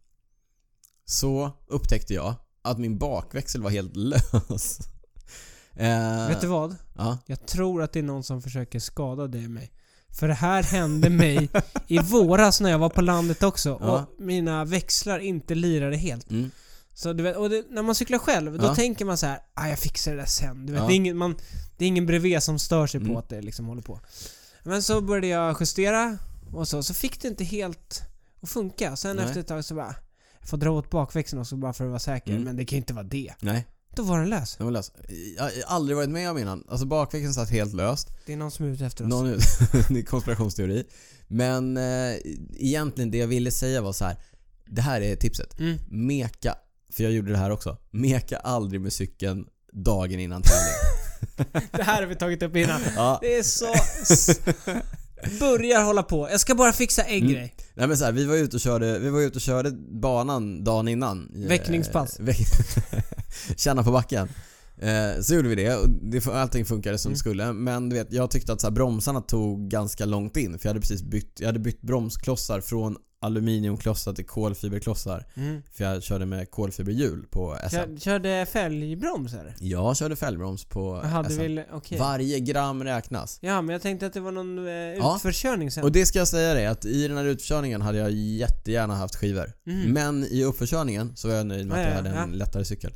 så upptäckte jag att min bakväxel var helt lös. eh, Vet du vad? Ja. Jag tror att det är någon som försöker skada dig och mig. För det här hände mig i våras när jag var på landet också. Ja. Och mina växlar inte lirade helt. Mm. Så du vet, och det, när man cyklar själv, då ja. tänker tänker man så här: ah, jag fixar det där sen. Du vet, ja. det, är ingen, man, det är ingen bredvid som stör sig mm. på att det liksom håller på. Men så började jag justera och så, så fick det inte helt att funka. Sen Nej. efter ett tag så bara, jag får dra åt bakväxeln också bara för att vara säker. Mm. Men det kan inte vara det. Nej. Då var den lös. Den var lös. Jag har aldrig varit med om innan. Alltså bakväxeln satt helt löst. Det är någon som är ute efter oss. Någon ut. Det är konspirationsteori. Men eh, egentligen det jag ville säga var så här: det här är tipset. Mm. Meka, för jag gjorde det här också. Meka aldrig med cykeln dagen innan träning. Det här har vi tagit upp innan. Ja. Det är så... Börjar hålla på. Jag ska bara fixa en mm. grej. Nej men så här, vi var ute och körde, vi var ute och körde banan dagen innan. Väckningspass. Känna på backen. Eh, så gjorde vi det och det, allting funkade som mm. det skulle. Men du vet, jag tyckte att så här, bromsarna tog ganska långt in. För jag hade precis bytt, jag hade bytt bromsklossar från aluminiumklossar till kolfiberklossar. Mm. För jag körde med kolfiberhjul på S M. Kör, körde fälgbroms eller? Jag körde fälgbroms på hade S M. Vill, okay. Varje gram räknas. Ja, men jag tänkte att det var någon eh, utförkörning sen. Ja. Och det ska jag säga dig, att i den här utförkörningen hade jag jättegärna haft skivor. Mm. Men i uppförkörningen så var jag nöjd med att ja, jag hade ja. en lättare cykel.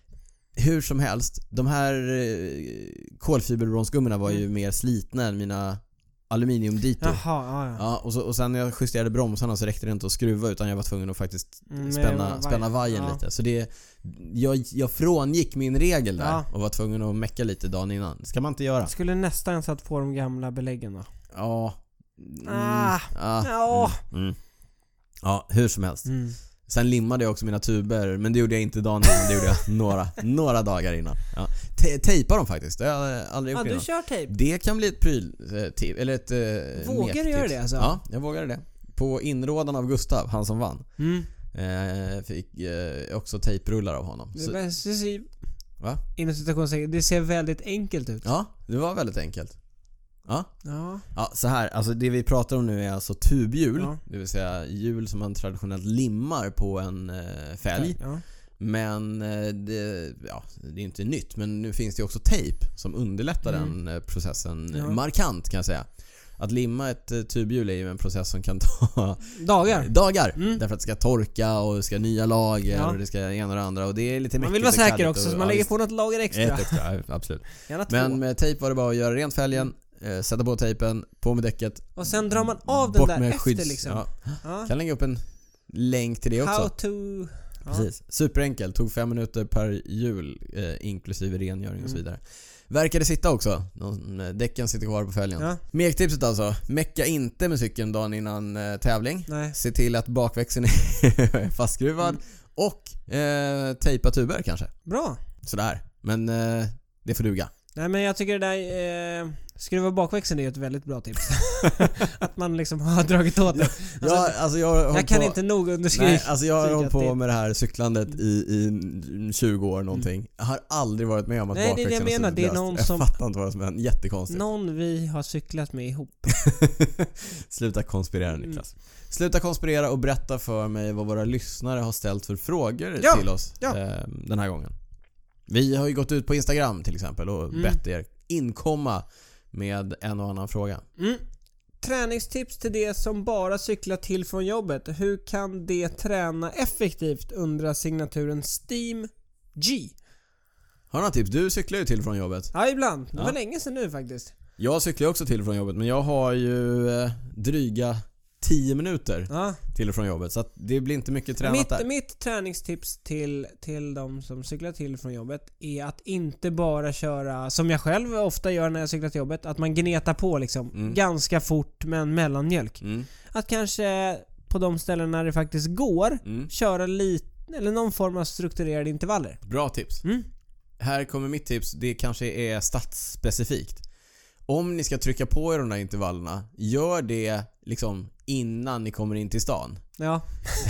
Hur som helst, de här eh, kolfiberbromsgummorna var mm. ju mer slitna än mina aluminiumditor. Jaha, ja, ja. Ja, och, så, och sen när jag justerade bromsarna så räckte det inte att skruva, utan jag var tvungen att faktiskt mm, spänna, vaj. spänna vajern ja. lite. Så det, jag, jag frångick min regel där ja. och var tvungen att mecka lite dagen innan. Det ska man inte göra. Skulle nästan satt på de gamla beläggen då. Ja. Mm, ah, ja. Ja. Mm, mm. Ja, hur som helst. Mm. Sen limmade jag också mina tuber, men det gjorde jag inte dagen innan, det gjorde jag några, några dagar innan. Ja. Te- tejpa dem faktiskt, det har jag aldrig gjort innan. Ja, du kör tejp. Det kan bli ett pryl, tip, eller ett eh, vågar du göra det alltså? Ja, jag vågade det. På inrådan av Gustav, han som vann. Mm. Eh, fick eh, också tejprullar av honom. Så, det, ser, va? Inom situationen, det ser väldigt enkelt ut. Ja, det var väldigt enkelt. Ja. Ja. Ja, så här, alltså det vi pratar om nu är alltså tubhjul, ja. det vill säga hjul som man traditionellt limmar på en eh, fälg. Ja. Men eh, det, ja, det är inte nytt, men nu finns det också tejp som underlättar mm. den eh, processen ja. markant, kan jag säga. Att limma ett eh, tubhjul är ju en process som kan ta dagar. Dagar. Mm. Därför att det ska torka och det ska nya lager ja. och det ska ena och det andra, och det är lite man vill vara säker också, och, så man ja, lägger på något lager extra. Ett extra, absolut. Men med tejp var det bara att göra rent fälgen, eh, sätta på tejpen, på med däcket. Och sen drar man av den där efter skydds, liksom. Ja. Ja. Kan lägga upp en länk till det också. How to Ja. Precis. Superenkel. Tog fem minuter per hjul eh, inklusive rengöring mm. och så vidare. Verkade sitta också. Någon, däcken sitter kvar på fälgen. Ja. Mektipset alltså. Mecka inte med cykeln dagen innan eh, tävling. Nej. Se till att bakväxeln är fastskruvad. Mm. Och eh, tejpa tuber kanske. Bra. Sådär. Men eh, det får duga. Nej, men jag tycker det där... Eh, skruva bakväxeln är ju ett väldigt bra tips. Att man liksom har dragit åt det. Alltså, ja, alltså jag jag kan på, inte nog underskriva. Nej, alltså jag har hållit på det. med det här cyklandet i, i tjugo år någonting. Mm. Jag har aldrig varit med om att nej, bakväxeln det är det jag menar. Det är någon jag som... fattar inte vad det som är. Jättekonstigt. Någon vi har cyklat med ihop. Sluta konspirera, Niklas. Mm. Sluta konspirera och berätta för mig vad våra lyssnare har ställt för frågor ja. till oss ja. eh, den här gången. Vi har ju gått ut på Instagram till exempel och mm. bett er inkomma med en och annan fråga. Mm. Träningstips till det som bara cyklar till från jobbet. Hur kan det träna effektivt under signaturen Steam G? Har du några tips? Du cyklar ju till från jobbet. Ja, ibland. Det var ja. länge sedan nu faktiskt. Jag cyklar också till från jobbet, men jag har ju eh, dryga tio minuter ja. till och från jobbet. Så att det blir inte mycket tränat mitt, där. Mitt träningstips till, till de som cyklar till från jobbet är att inte bara köra, som jag själv ofta gör när jag cyklar till jobbet, att man gnetar på liksom mm. ganska fort med en mellanmjölk. Mm. Att kanske på de ställen när det faktiskt går mm. köra lite eller någon form av strukturerade intervaller. Bra tips. Mm. Här kommer mitt tips. Det kanske är stadsspecifikt. Om ni ska trycka på er de där intervallerna, gör det liksom innan ni kommer in till stan. Ja.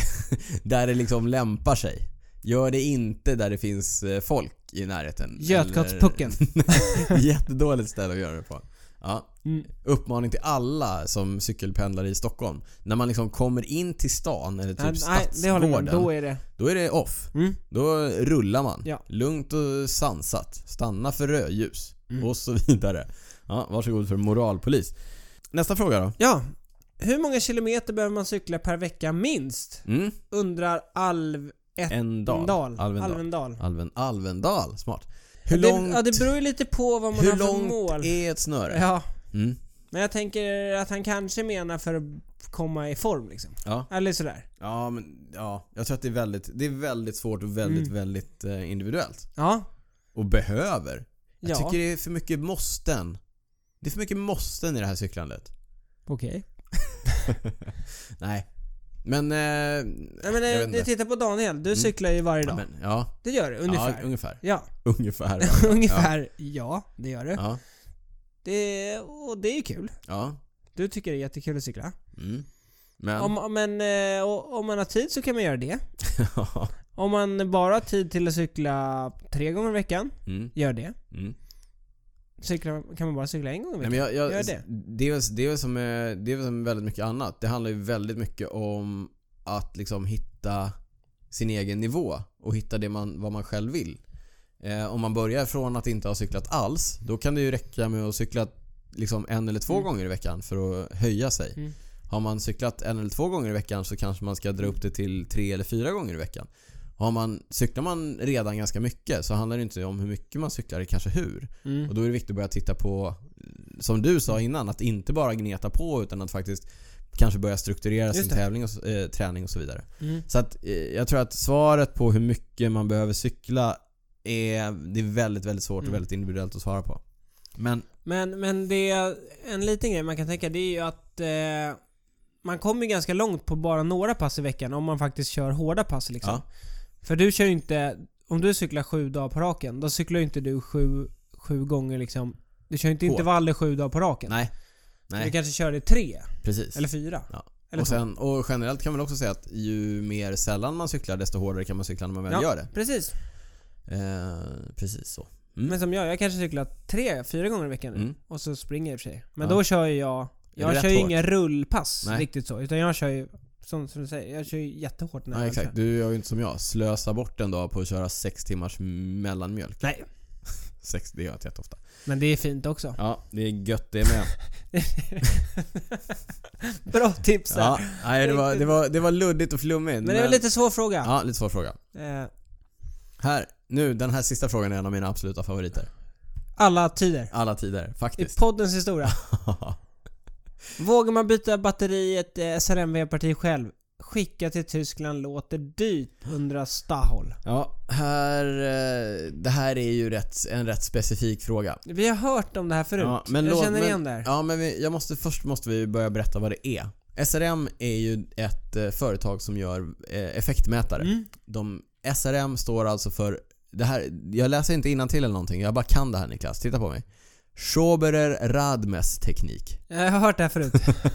Där det liksom lämpar sig. Gör det inte där det finns folk i närheten. Götgatspucken. Jättedåligt ställe att göra det på. Ja. Mm. Uppmaning till alla som cykelpendlar i Stockholm. När man liksom kommer in till stan eller typ nej, stadsgården, det då är det då är det off. Mm. Då rullar man. Ja. Lugnt och sansat. Stanna för rödljus mm. och så vidare. Ja, varsågod för moralpolis. Nästa fråga då. Ja. Hur många kilometer behöver man cykla per vecka minst? Mm. Undrar Alv Ettendal. Alvendal. Alvendal. Alven, Alvendal. Smart. Hur ja, det, långt, ja, det beror ju lite på vad man har för mål. Hur långt är ett snöre? Ja. Mm. Men jag tänker att han kanske menar för att komma i form liksom. Ja. Eller sådär. Ja, men ja, jag tror att det är väldigt det är väldigt svårt och väldigt mm. väldigt eh, individuellt. Ja. Och behöver. Jag ja. tycker det är för mycket måsten. Det är för mycket måsten i det här cyklandet. Okej. Okay. Nej. Men, eh, Nej, men eh, du tittar på Daniel. Du mm. cyklar ju varje dag. Ja, men, ja. Det gör du, ungefär. Ja, ungefär. Ja. Ungefär. ungefär, ja. ja. Det gör du. Ja. Det, och det är ju kul. Ja. Du tycker det är jättekul att cykla. Mm. Men... Om, men eh, om man har tid så kan man göra det. Om man bara har tid till att cykla tre gånger i veckan, mm. gör det. Mm. Cykla, kan man bara cykla en gång i veckan? Nej, men jag, jag, gör det. Det är, väl, det, är väl som, det är väl som väldigt mycket annat. Det handlar ju väldigt mycket om att liksom hitta sin egen nivå och hitta det man, vad man själv vill. Eh, om man börjar från att inte ha cyklat alls, då kan det ju räcka med att cykla liksom en eller två mm. gånger i veckan för att höja sig. Mm. Har man cyklat en eller två gånger i veckan så kanske man ska dra upp det till tre eller fyra gånger i veckan. Har man, cyklar man redan ganska mycket så handlar det inte om hur mycket man cyklar, det kanske hur. Mm. Och då är det viktigt att börja titta på, som du sa innan, att inte bara gneta på utan att faktiskt kanske börja strukturera sin tävling och, eh, träning och så vidare. Mm. Så att eh, jag tror att svaret på hur mycket man behöver cykla är, det är väldigt, väldigt svårt mm. och väldigt individuellt att svara på. Men, men, men det är en liten grej man kan tänka, det är ju att eh, man kommer ganska långt på bara några pass i veckan om man faktiskt kör hårda pass liksom. Ja. För du kör ju inte, om du cyklar sju dagar på raken, då cyklar ju inte du sju, sju gånger liksom. Du kör ju inte Hårt. intervaller sju dagar på raken. Nej. Nej. Du kanske kör det tre. Precis. Eller fyra. Ja. Eller och, sen, och generellt kan man också säga att ju mer sällan man cyklar, desto hårdare kan man cykla när man väl ja, gör det. Precis. Eh, precis så. Mm. Men som jag, jag kanske cyklar tre, fyra gånger i veckan nu. Mm. Och så springer jag i och för sig. Men ja. då kör jag, jag kör ju inga rullpass Nej. riktigt så. Utan jag kör ju, som, som du säger, jag kör ju jättehårt när ja, jag exakt. kör. Du gör ju inte som jag, slösa bort en dag på att köra sex timmars mellanmjölk. Nej. Sex, det gör jag jätteofta. Men det är fint också. Ja, det är gött det med. Bra tips här. Ja, nej, det var, det, var, det var luddigt och flummigt. Men, men det var lite svår fråga. Ja, lite svår fråga. Eh. Här, nu, den här sista frågan är en av mina absoluta favoriter. Alla tider. Alla tider, faktiskt. I poddens historia. Vågar man byta batteriet S R M V-parti själv? skicka till Tyskland låter dyrt, undrar Stahol. Ja, här, eh, det här är ju rätt, en rätt specifik fråga. Vi har hört om det här förut. Ja, men jag låt, känner men, igen det här. Ja, men vi, jag måste, först måste vi börja berätta vad det är. S R M är ju ett eh, företag som gör eh, effektmätare. Mm. De, S R M står alltså för det här, jag läser inte innantill eller någonting, jag bara kan det här, Niklas, titta på mig. Schoberer-Radmes teknik. Jag har hört det här förut.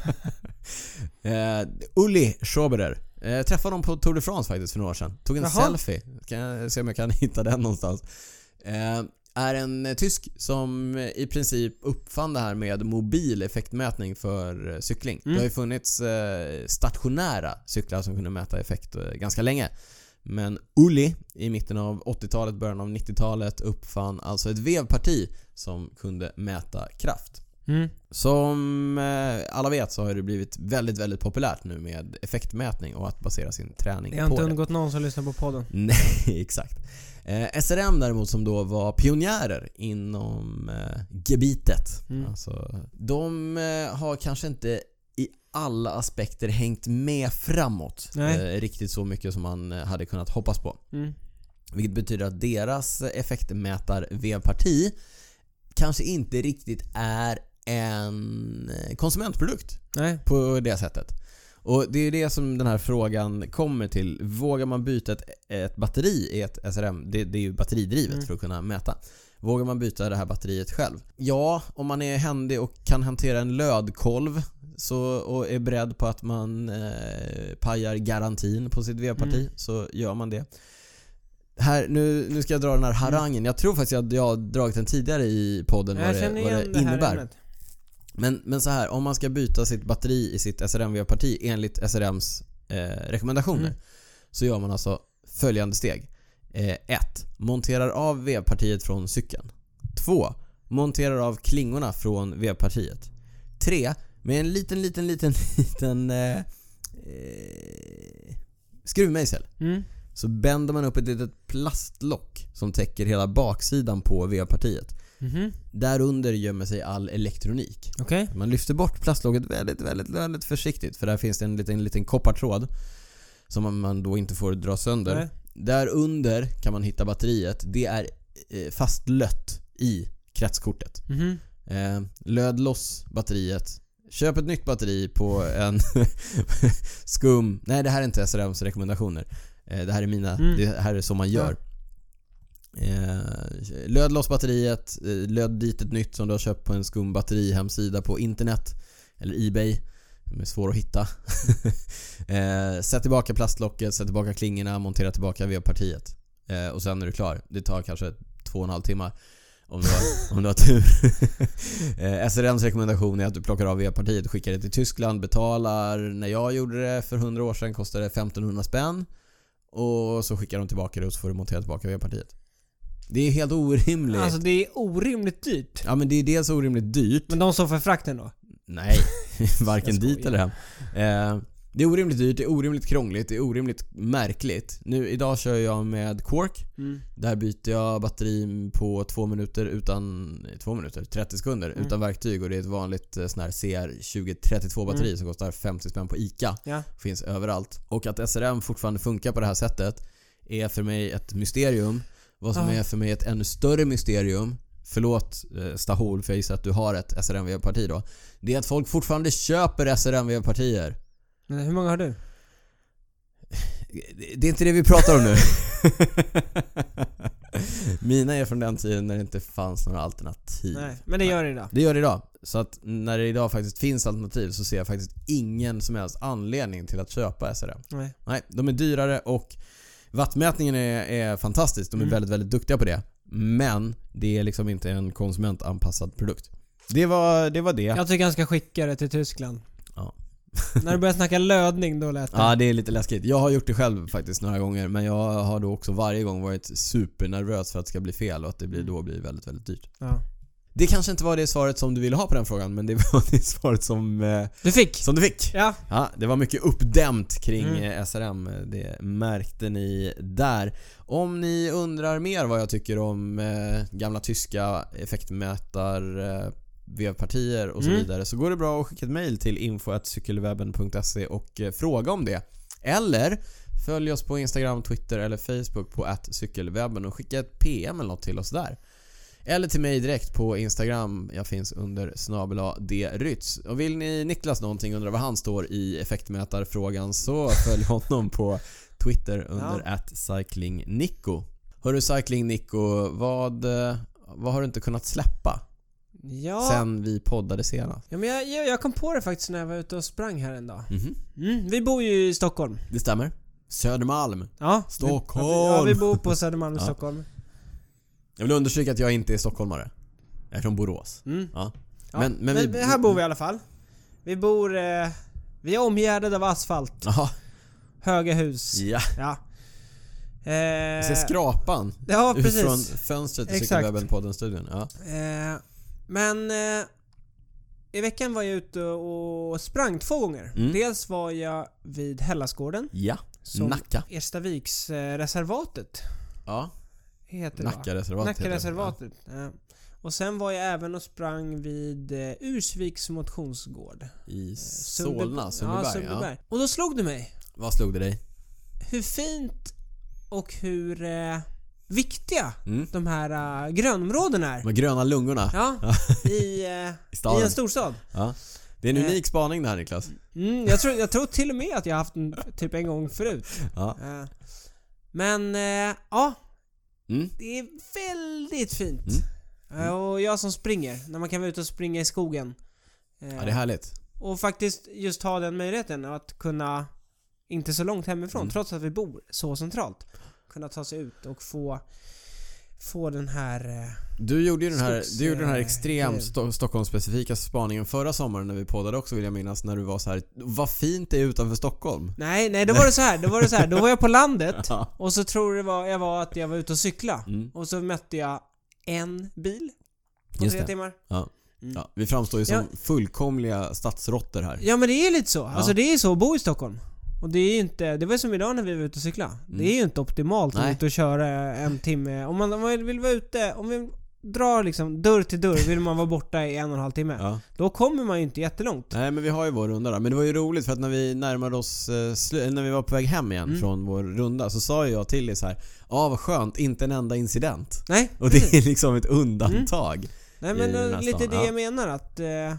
uh, Uli Schoberer, uh, träffade dem på Tour de France faktiskt för några år sedan. Tog en Jaha. selfie, kan jag se om jag kan hitta den någonstans. uh, Är en uh, tysk som uh, i princip uppfann det här med mobil effektmätning för uh, cykling. Mm. Det har ju funnits uh, stationära cyklar som kunde mäta effekt uh, ganska länge. Men Uli i mitten av åttiotalet, början av nittiotalet uppfann alltså ett vevparti som kunde mäta kraft. Mm. Som eh, alla vet så har det blivit väldigt, väldigt populärt nu med effektmätning och att basera sin träning Det har på inte det. undgått någon som lyssnar på podden. Nej, exakt. Eh, S R M däremot, som då var pionjärer inom eh, gebitet. Mm. Alltså, de eh, har kanske inte i alla aspekter hängt med framåt eh, riktigt så mycket som man hade kunnat hoppas på. Mm. Vilket betyder att deras effektmätar-vevparti kanske inte riktigt är en konsumentprodukt. Nej. På det sättet. Och det är det som den här frågan kommer till. Vågar man byta ett, ett batteri i ett S R M? Det, det är ju batteridrivet mm. för att kunna mäta. Vågar man byta det här batteriet själv? Ja, om man är händig och kan hantera en lödkolv så, och är beredd på att man eh, pajar garantin på sitt vevparti, mm. så gör man det. Här, nu, nu ska jag dra den här harangen. Jag tror faktiskt att jag har dragit den tidigare i podden vad det, vad det innebär. Det men, men så här, om man ska byta sitt batteri i sitt S R M-vevparti enligt S R M:s eh, rekommendationer, mm. så gör man alltså följande steg. ett. Eh, monterar av vevpartiet från cykeln. två. Monterar av klingorna från vevpartiet. tre. Med en liten, liten, liten, liten eh, eh, skruvmejsel. Mm. Så bänder man upp ett litet plastlock som täcker hela baksidan på vevpartiet. Mm-hmm. Där under gömmer sig all elektronik. Okay. Man lyfter bort plastlocket väldigt, väldigt, väldigt försiktigt. För där finns det en liten, en liten koppartråd som man då inte får dra sönder. Nej. Där under kan man hitta batteriet. Det är eh, fastlött i kretskortet. Mm-hmm. eh, Löd loss batteriet. Köp ett nytt batteri på en skum. Nej, det här är inte S R M:s rekommendationer. Det här är mina, mm. det här är så man gör. Ja. eh, Löd loss batteriet. Löd dit ett nytt som du har köpt på en skum batteri hemsida på internet eller eBay. De är svår att hitta. eh, Sätt tillbaka plastlocket, sätt tillbaka klingorna, montera tillbaka vevpartiet. eh, Och sen är du klar. Det tar kanske två och en halv timmar om du har, om du har tur. eh, S R M:s rekommendation är att du plockar av vevpartiet och skickar det till Tyskland. Betalar, när jag gjorde det för hundra år sedan kostade det femtonhundra spänn. Och så skickar de tillbaka det och så får du montera tillbaka vevpartiet. Det är helt orimligt. Alltså det är orimligt dyrt. Ja, men det är dels orimligt dyrt. Men de står för frakten då? Nej, varken dit eller hem. eh, Det är orimligt dyrt, det är orimligt krångligt, det är orimligt märkligt. Nu, idag kör jag med Quark. Mm. Där byter jag batteri på två minuter utan... Två minuter, trettio sekunder mm. utan verktyg. Och det är ett vanligt sån här C R tjugo trettiotvå batteri mm. som kostar femtio spänn på ICA. Ja. Finns överallt. Och att S R M fortfarande funkar på det här sättet är för mig ett mysterium. Vad som ah. är för mig ett ännu större mysterium, förlåt eh, Stahol för jag gissar att du har ett S R M-vevparti då, det är att folk fortfarande köper S R M-vevpartier. Men hur många har du? Det är inte det vi pratar om nu. Mina är från den tiden när det inte fanns några alternativ. Nej, men det gör det idag. Det gör det idag. Så att när det idag faktiskt finns alternativ så ser jag faktiskt ingen som helst anledning till att köpa S R M. Nej, Nej de är dyrare och wattmätningen är, är fantastisk. De är mm. väldigt, väldigt duktiga på det. Men det är liksom inte en konsumentanpassad produkt. Det var det. Var det. Jag tycker han ska skicka det till Tyskland. Ja. När du börjar snacka lödning då lät det. Ja, det är lite läskigt. Jag har gjort det själv faktiskt några gånger. Men jag har då också varje gång varit supernervös för att det ska bli fel. Och att det blir, då blir väldigt, väldigt dyrt. Ja. Det kanske inte var det svaret som du ville ha på den frågan. Men det var det svaret som eh, du fick. Som du fick. Ja. Ja, det var mycket uppdämt kring mm. S R M. Det märkte ni där. Om ni undrar mer vad jag tycker om eh, gamla tyska effektmätar eh, vevpartier och så mm. vidare, så går det bra att skicka ett mejl till info at cykelwebben punkt se och eh, fråga om det. Eller följ oss på Instagram, Twitter eller Facebook på at cykelwebben och skicka ett P M eller något till oss där. Eller till mig direkt på Instagram. Jag finns under snabel-a drytz. Och vill ni Niklas någonting, undrar vad han står i effektmätarfrågan, så följ honom på Twitter under ja. at cyclingnico. Hörru cyclingnico, vad, vad har du inte kunnat släppa ja. sen vi poddade senast? Ja, men jag, jag, jag kom på det faktiskt när jag var ute och sprang här en dag. Mm-hmm. Mm, vi bor ju i Stockholm. Det stämmer. Södermalm. Ja, Stockholm. Vi, ja, vi bor på Södermalm i ja. Stockholm. Jag vill understryka att jag inte är stockholmare. Jag är från Borås. Mm. Ja. Ja, men, men, men vi, här bor vi i alla fall. Vi bor... Eh, vi är omgärdade av asfalt. Aha. Höga hus. Ja. Ja. Eh, Jag ser skrapan. Ja, precis. Från fönstret i Cykelwebben på den studion. Ja. Eh, men... Eh, i veckan var jag ute och sprang två gånger. Mm. Dels var jag vid Hellasgården. Ja. Som Nacka. Erstaviks eh, reservatet. Ja. Heter Nacka-reservatet. Nacka-reservatet. Ja. Och sen var jag även och sprang vid eh, Ursviks motionsgård. I Sundby- Solna, Sundbyberg. Ja, Sundbyberg. Och då slog det mig. Vad slog det dig? Hur fint och hur eh, viktiga Mm. de här uh, grönområdena är. De gröna lungorna. Ja, i, eh, I, i en storstad. Ja. Det är en unik spaning där, Niklas. Mm, jag, tror, jag tror till och med att jag har haft den typ en gång förut. Ja. Eh, men eh, ja, Mm. det är väldigt fint. Mm. Eh, och jag som springer, när man kan vara ute och springa i skogen. Eh, Ja, det är härligt. Och faktiskt just ha den möjligheten att kunna, inte så långt hemifrån, Mm. trots att vi bor så centralt, kunna ta sig ut och få få den här eh, Du gjorde ju den här, skogs- du gjorde den här extremt eh, sto- Stockholmsspecifika spaningen förra sommaren när vi poddade också, vill jag minnas, när du var så här: vad fint det är utanför Stockholm. Nej, nej, då var det så här, då var det så här, då var jag på landet Ja. och så tror det var, jag var att jag var ute och cykla. Mm. Och så mötte jag en bil på Just tre det. timmar. Ja. Mm. Ja, vi framstår ju som Ja. fullkomliga stadsrotter här. Ja, men det är lite så. Alltså det är så att bo i Stockholm. Och det är ju inte, det var som idag när vi var ute och cykla. Mm. Det är ju inte optimalt att Nej. ut och köra en timme. Om man, om man vill vara ute, om vi drar liksom dörr till dörr, vill man vara borta i en och en halv timme. Ja. Då kommer man ju inte jättelångt. Nej, men vi har ju vår runda där. Men det var ju roligt för att när vi närmade oss eh, slu- när vi var på väg hem igen Mm. från vår runda, så sa jag till dig så här: ja, vad skönt, inte en enda incident. Nej, Och det är liksom ett undantag. Nej, i men den här eh, lite stan. det Ja. jag menar att eh,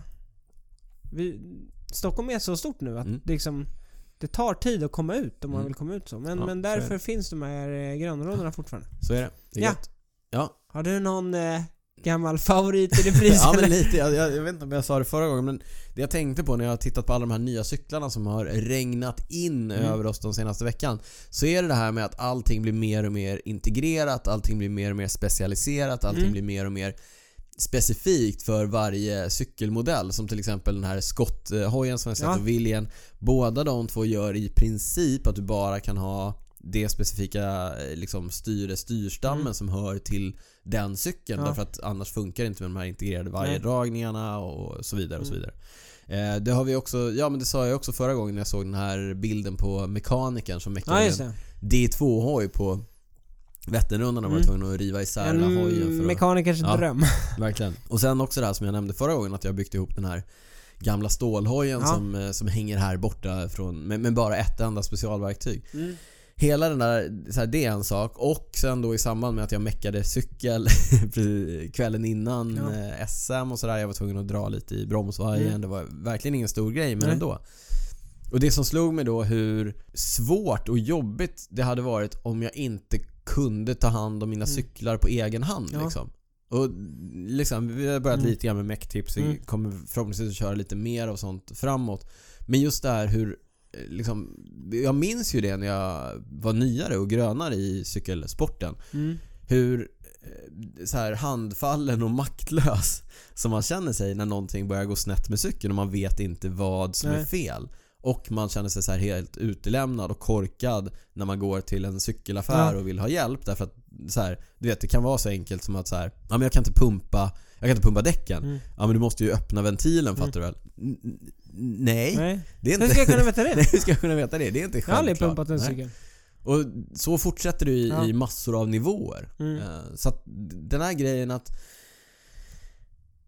vi, Stockholm är så stort nu att Mm. det liksom, det tar tid att komma ut om man Mm. vill komma ut så. Men, Ja, men så är därför det. finns de här eh, grönområdena fortfarande. Så är det. Det är Ja. gött. Ja. Har du någon eh, gammal favorit i repris? Ja, men eller? lite. Jag, jag, jag vet inte om jag sa det förra gången, men det jag tänkte på när jag har tittat på alla de här nya cyklarna som har regnat in Mm. över oss de senaste veckan, så är det det här med att allting blir mer och mer integrerat, allting blir mer och mer specialiserat, allting Mm. blir mer och mer specifikt för varje cykelmodell, som till exempel den här Scott-hojen som jag sett Ja. och William. Båda de två gör i princip att du bara kan ha det specifika liksom styre, styrstammen Mm. som hör till den cykeln, Ja. därför att annars funkar det inte med de här integrerade vajerdragningarna och så vidare och så Mm. vidare. Eh, det har vi också, ja men det sa jag också förra gången när jag såg den här bilden på mekanikern som Ja, meckade just en det. D två-hoj på Vätternrundan och var Mm. tvungen att riva isär den här hojen En för att, mekanikers Ja. dröm. verkligen. Och sen också det här som jag nämnde förra gången, att jag byggt ihop den här gamla stålhojen Ja. som, eh, som hänger här borta från, med, med bara ett enda specialverktyg. Mm. Hela den där, så här, det är en sak. Och sen då i samband med att jag meckade cykel kvällen innan Ja. eh, S M och sådär, jag var tvungen att dra lite i bromsvajern. Mm. Det var verkligen ingen stor grej, men Nej. ändå. Och det som slog mig då, hur svårt och jobbigt det hade varit om jag inte kunde ta hand om mina Mm. cyklar på egen hand Ja. liksom. Och liksom, vi har börjat Mm. lite grann med mecktips. Vi Mm. kommer förhoppningsvis att köra lite mer av sånt framåt. Men just det här hur liksom, jag minns ju det när jag var nyare och grönare i cykelsporten. Mm. Hur eh, så här handfallen och maktlös som man känner sig när någonting börjar gå snett med cykeln och man vet inte vad som Nej. är fel. Och man känner sig så här helt utelämnad och korkad när man går till en cykelaffär Ja. och vill ha hjälp, därför att så här, du vet, det kan vara så enkelt som att så här, ja men jag kan inte pumpa jag kan inte pumpa däcken. Mm. Ja men du måste ju öppna ventilen, Mm. fattar du väl? N- n- nej, Nej. det är inte. Hur ska jag kunna veta det? Nej, hur ska jag kunna veta det? Det är inte Jag har aldrig självklart. pumpat en Nej. cykel. Och så fortsätter du i, Ja. i massor av nivåer. Mm. Eh, Så att den här grejen att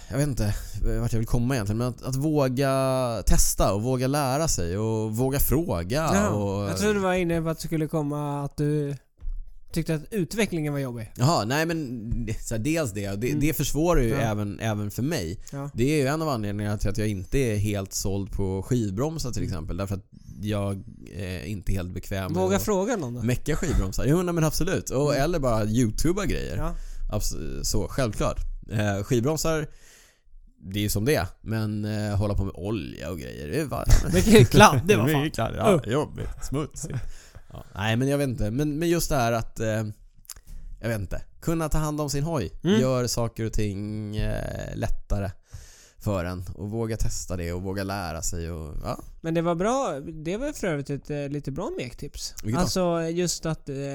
jag vet inte vart jag vill komma egentligen, men att, att våga testa och våga lära sig och våga fråga. Ja, och, jag tror du var inne på att det skulle komma att du tyckte att utvecklingen var jobbig. Jaha, nej men så här, dels det, och det, mm. det försvårar ju ja. även, även för mig. Ja. Det är ju en av anledningarna till att jag inte är helt såld på skivbromsar till exempel, därför att jag är inte helt bekväm med Våga att fråga någon då? Mecka skivbromsar, jo men absolut. Och, mm. Eller bara YouTubea grejer. Ja. Abs- så, självklart. Eh, skivbromsar, det är ju som det är, men eh, hålla på med olja och grejer, det är bara... Det är kladd, det var fan. Kladd, ja, jobbigt, smutsigt. Ja, nej men jag vet inte, men, men just det här att eh, jag vet inte, kunna ta hand om sin hoj, mm. gör saker och ting eh, lättare för en, och våga testa det och våga lära sig och, ja. Men det var bra, det var för övrigt ett eh, lite bra mektips. Alltså just att eh,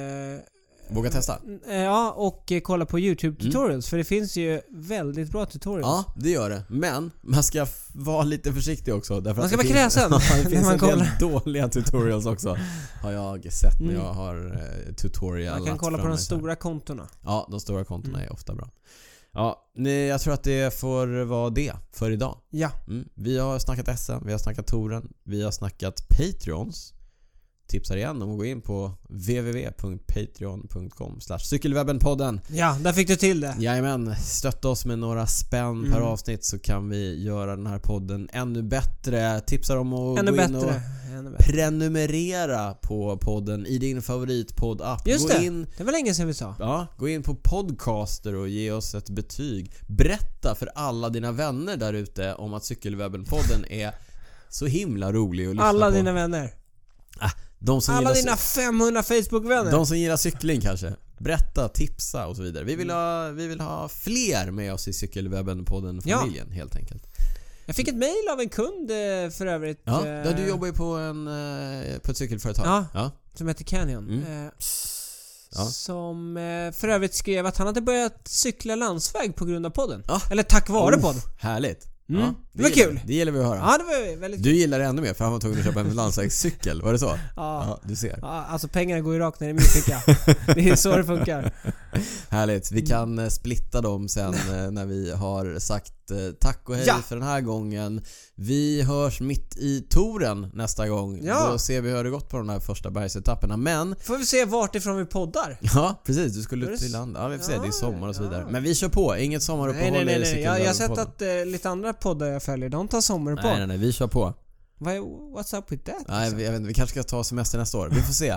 våga testa. Ja, och eh, kolla på YouTube tutorials, mm. för det finns ju väldigt bra tutorials. Ja, det gör det. Men man ska f- vara lite försiktig också, därför man ska att vara kräsen. Det finns när man en kollar. del dåliga tutorials också, har jag sett när mm. jag har eh, tutorial. Man kan kolla på de stora kontona. Ja, de stora kontona mm. är ofta bra. Ja, nej, jag tror att det får vara det för idag. Ja. Mm. Vi har snackat S M, vi har snackat Touren, vi har snackat Patreons. Tipsar igen om att gå in på w w w punkt patreon punkt com slash cykelwebbenpodden. Ja, där fick du till det. Jajamän, stötta oss med några spänn mm. per avsnitt, så kan vi göra den här podden ännu bättre. Tipsar om att ännu gå in bättre. och ännu bättre. prenumerera på podden i din favoritpodd-app. Just gå det, in, det var länge sedan vi sa. Ja, gå in på Podcaster och ge oss ett betyg. Berätta för alla dina vänner där ute om att Cykelwebben-podden är så himla rolig att lyssna alla på. Alla dina vänner. Ah, de som alla gillar dina femhundra Facebook-vänner. De som gillar cykling kanske. Berätta, tipsa och så vidare. Vi vill ha, vi vill ha fler med oss i Cykelwebben-podden-familjen, ja. helt enkelt. Jag fick ett mejl av en kund för övrigt. Ja, där du jobbar ju på, en, på ett cykelföretag. Ja, ja. som heter Canyon. Mm. Eh, ja. Som för övrigt skrev att han hade börjat cykla landsväg på grund av podden. Ja. Eller tack vare oh, podden. Härligt. Mm. Ja, det, det var kul. Det gillar vi att höra. Ja, det var väldigt du gillar det ännu mer för han var tvungen att köpa en landsvägscykel. Var det så? Ja. Ja, du ser. Ja, alltså pengarna går ju rakt ner i min ficka. Det är så det funkar. Härligt. Vi kan splitta dem sen när vi har sagt tack och hej ja. för den här gången. Vi hörs mitt i touren nästa gång. Ja. Då ser vi hur det gått på de här första bergsetapperna. Men får vi se vart ifrån vi poddar. Ja, precis. Du skulle ut till land. Ja, vi får ja, se. Det är sommar och så vidare. Men vi kör på. Inget sommaruppehåll. Nej, nej, nej, nej. Jag, jag har sett att uh, lite andra poddar jag följer, de tar sommaruppehåll. Nej, nej, nej. Vi kör på. What's up with that? Nej, jag vet inte. Vi kanske ska ta semester nästa år. Vi får se.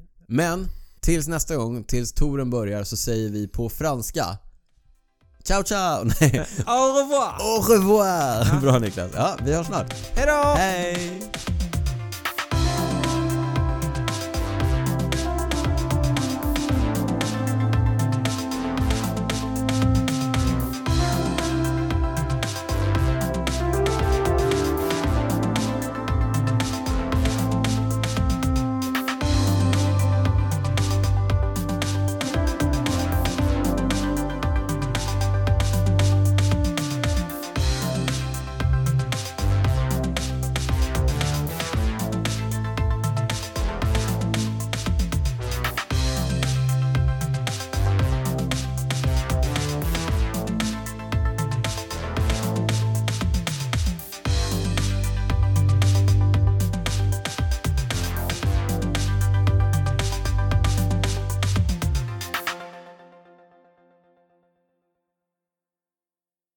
Men tills nästa gång, tills touren börjar, så säger vi på franska: ciao ciao. Nej. Au revoir. Au revoir. Bra Niklas. Ja, vi hörs snart. Hej då. Hej.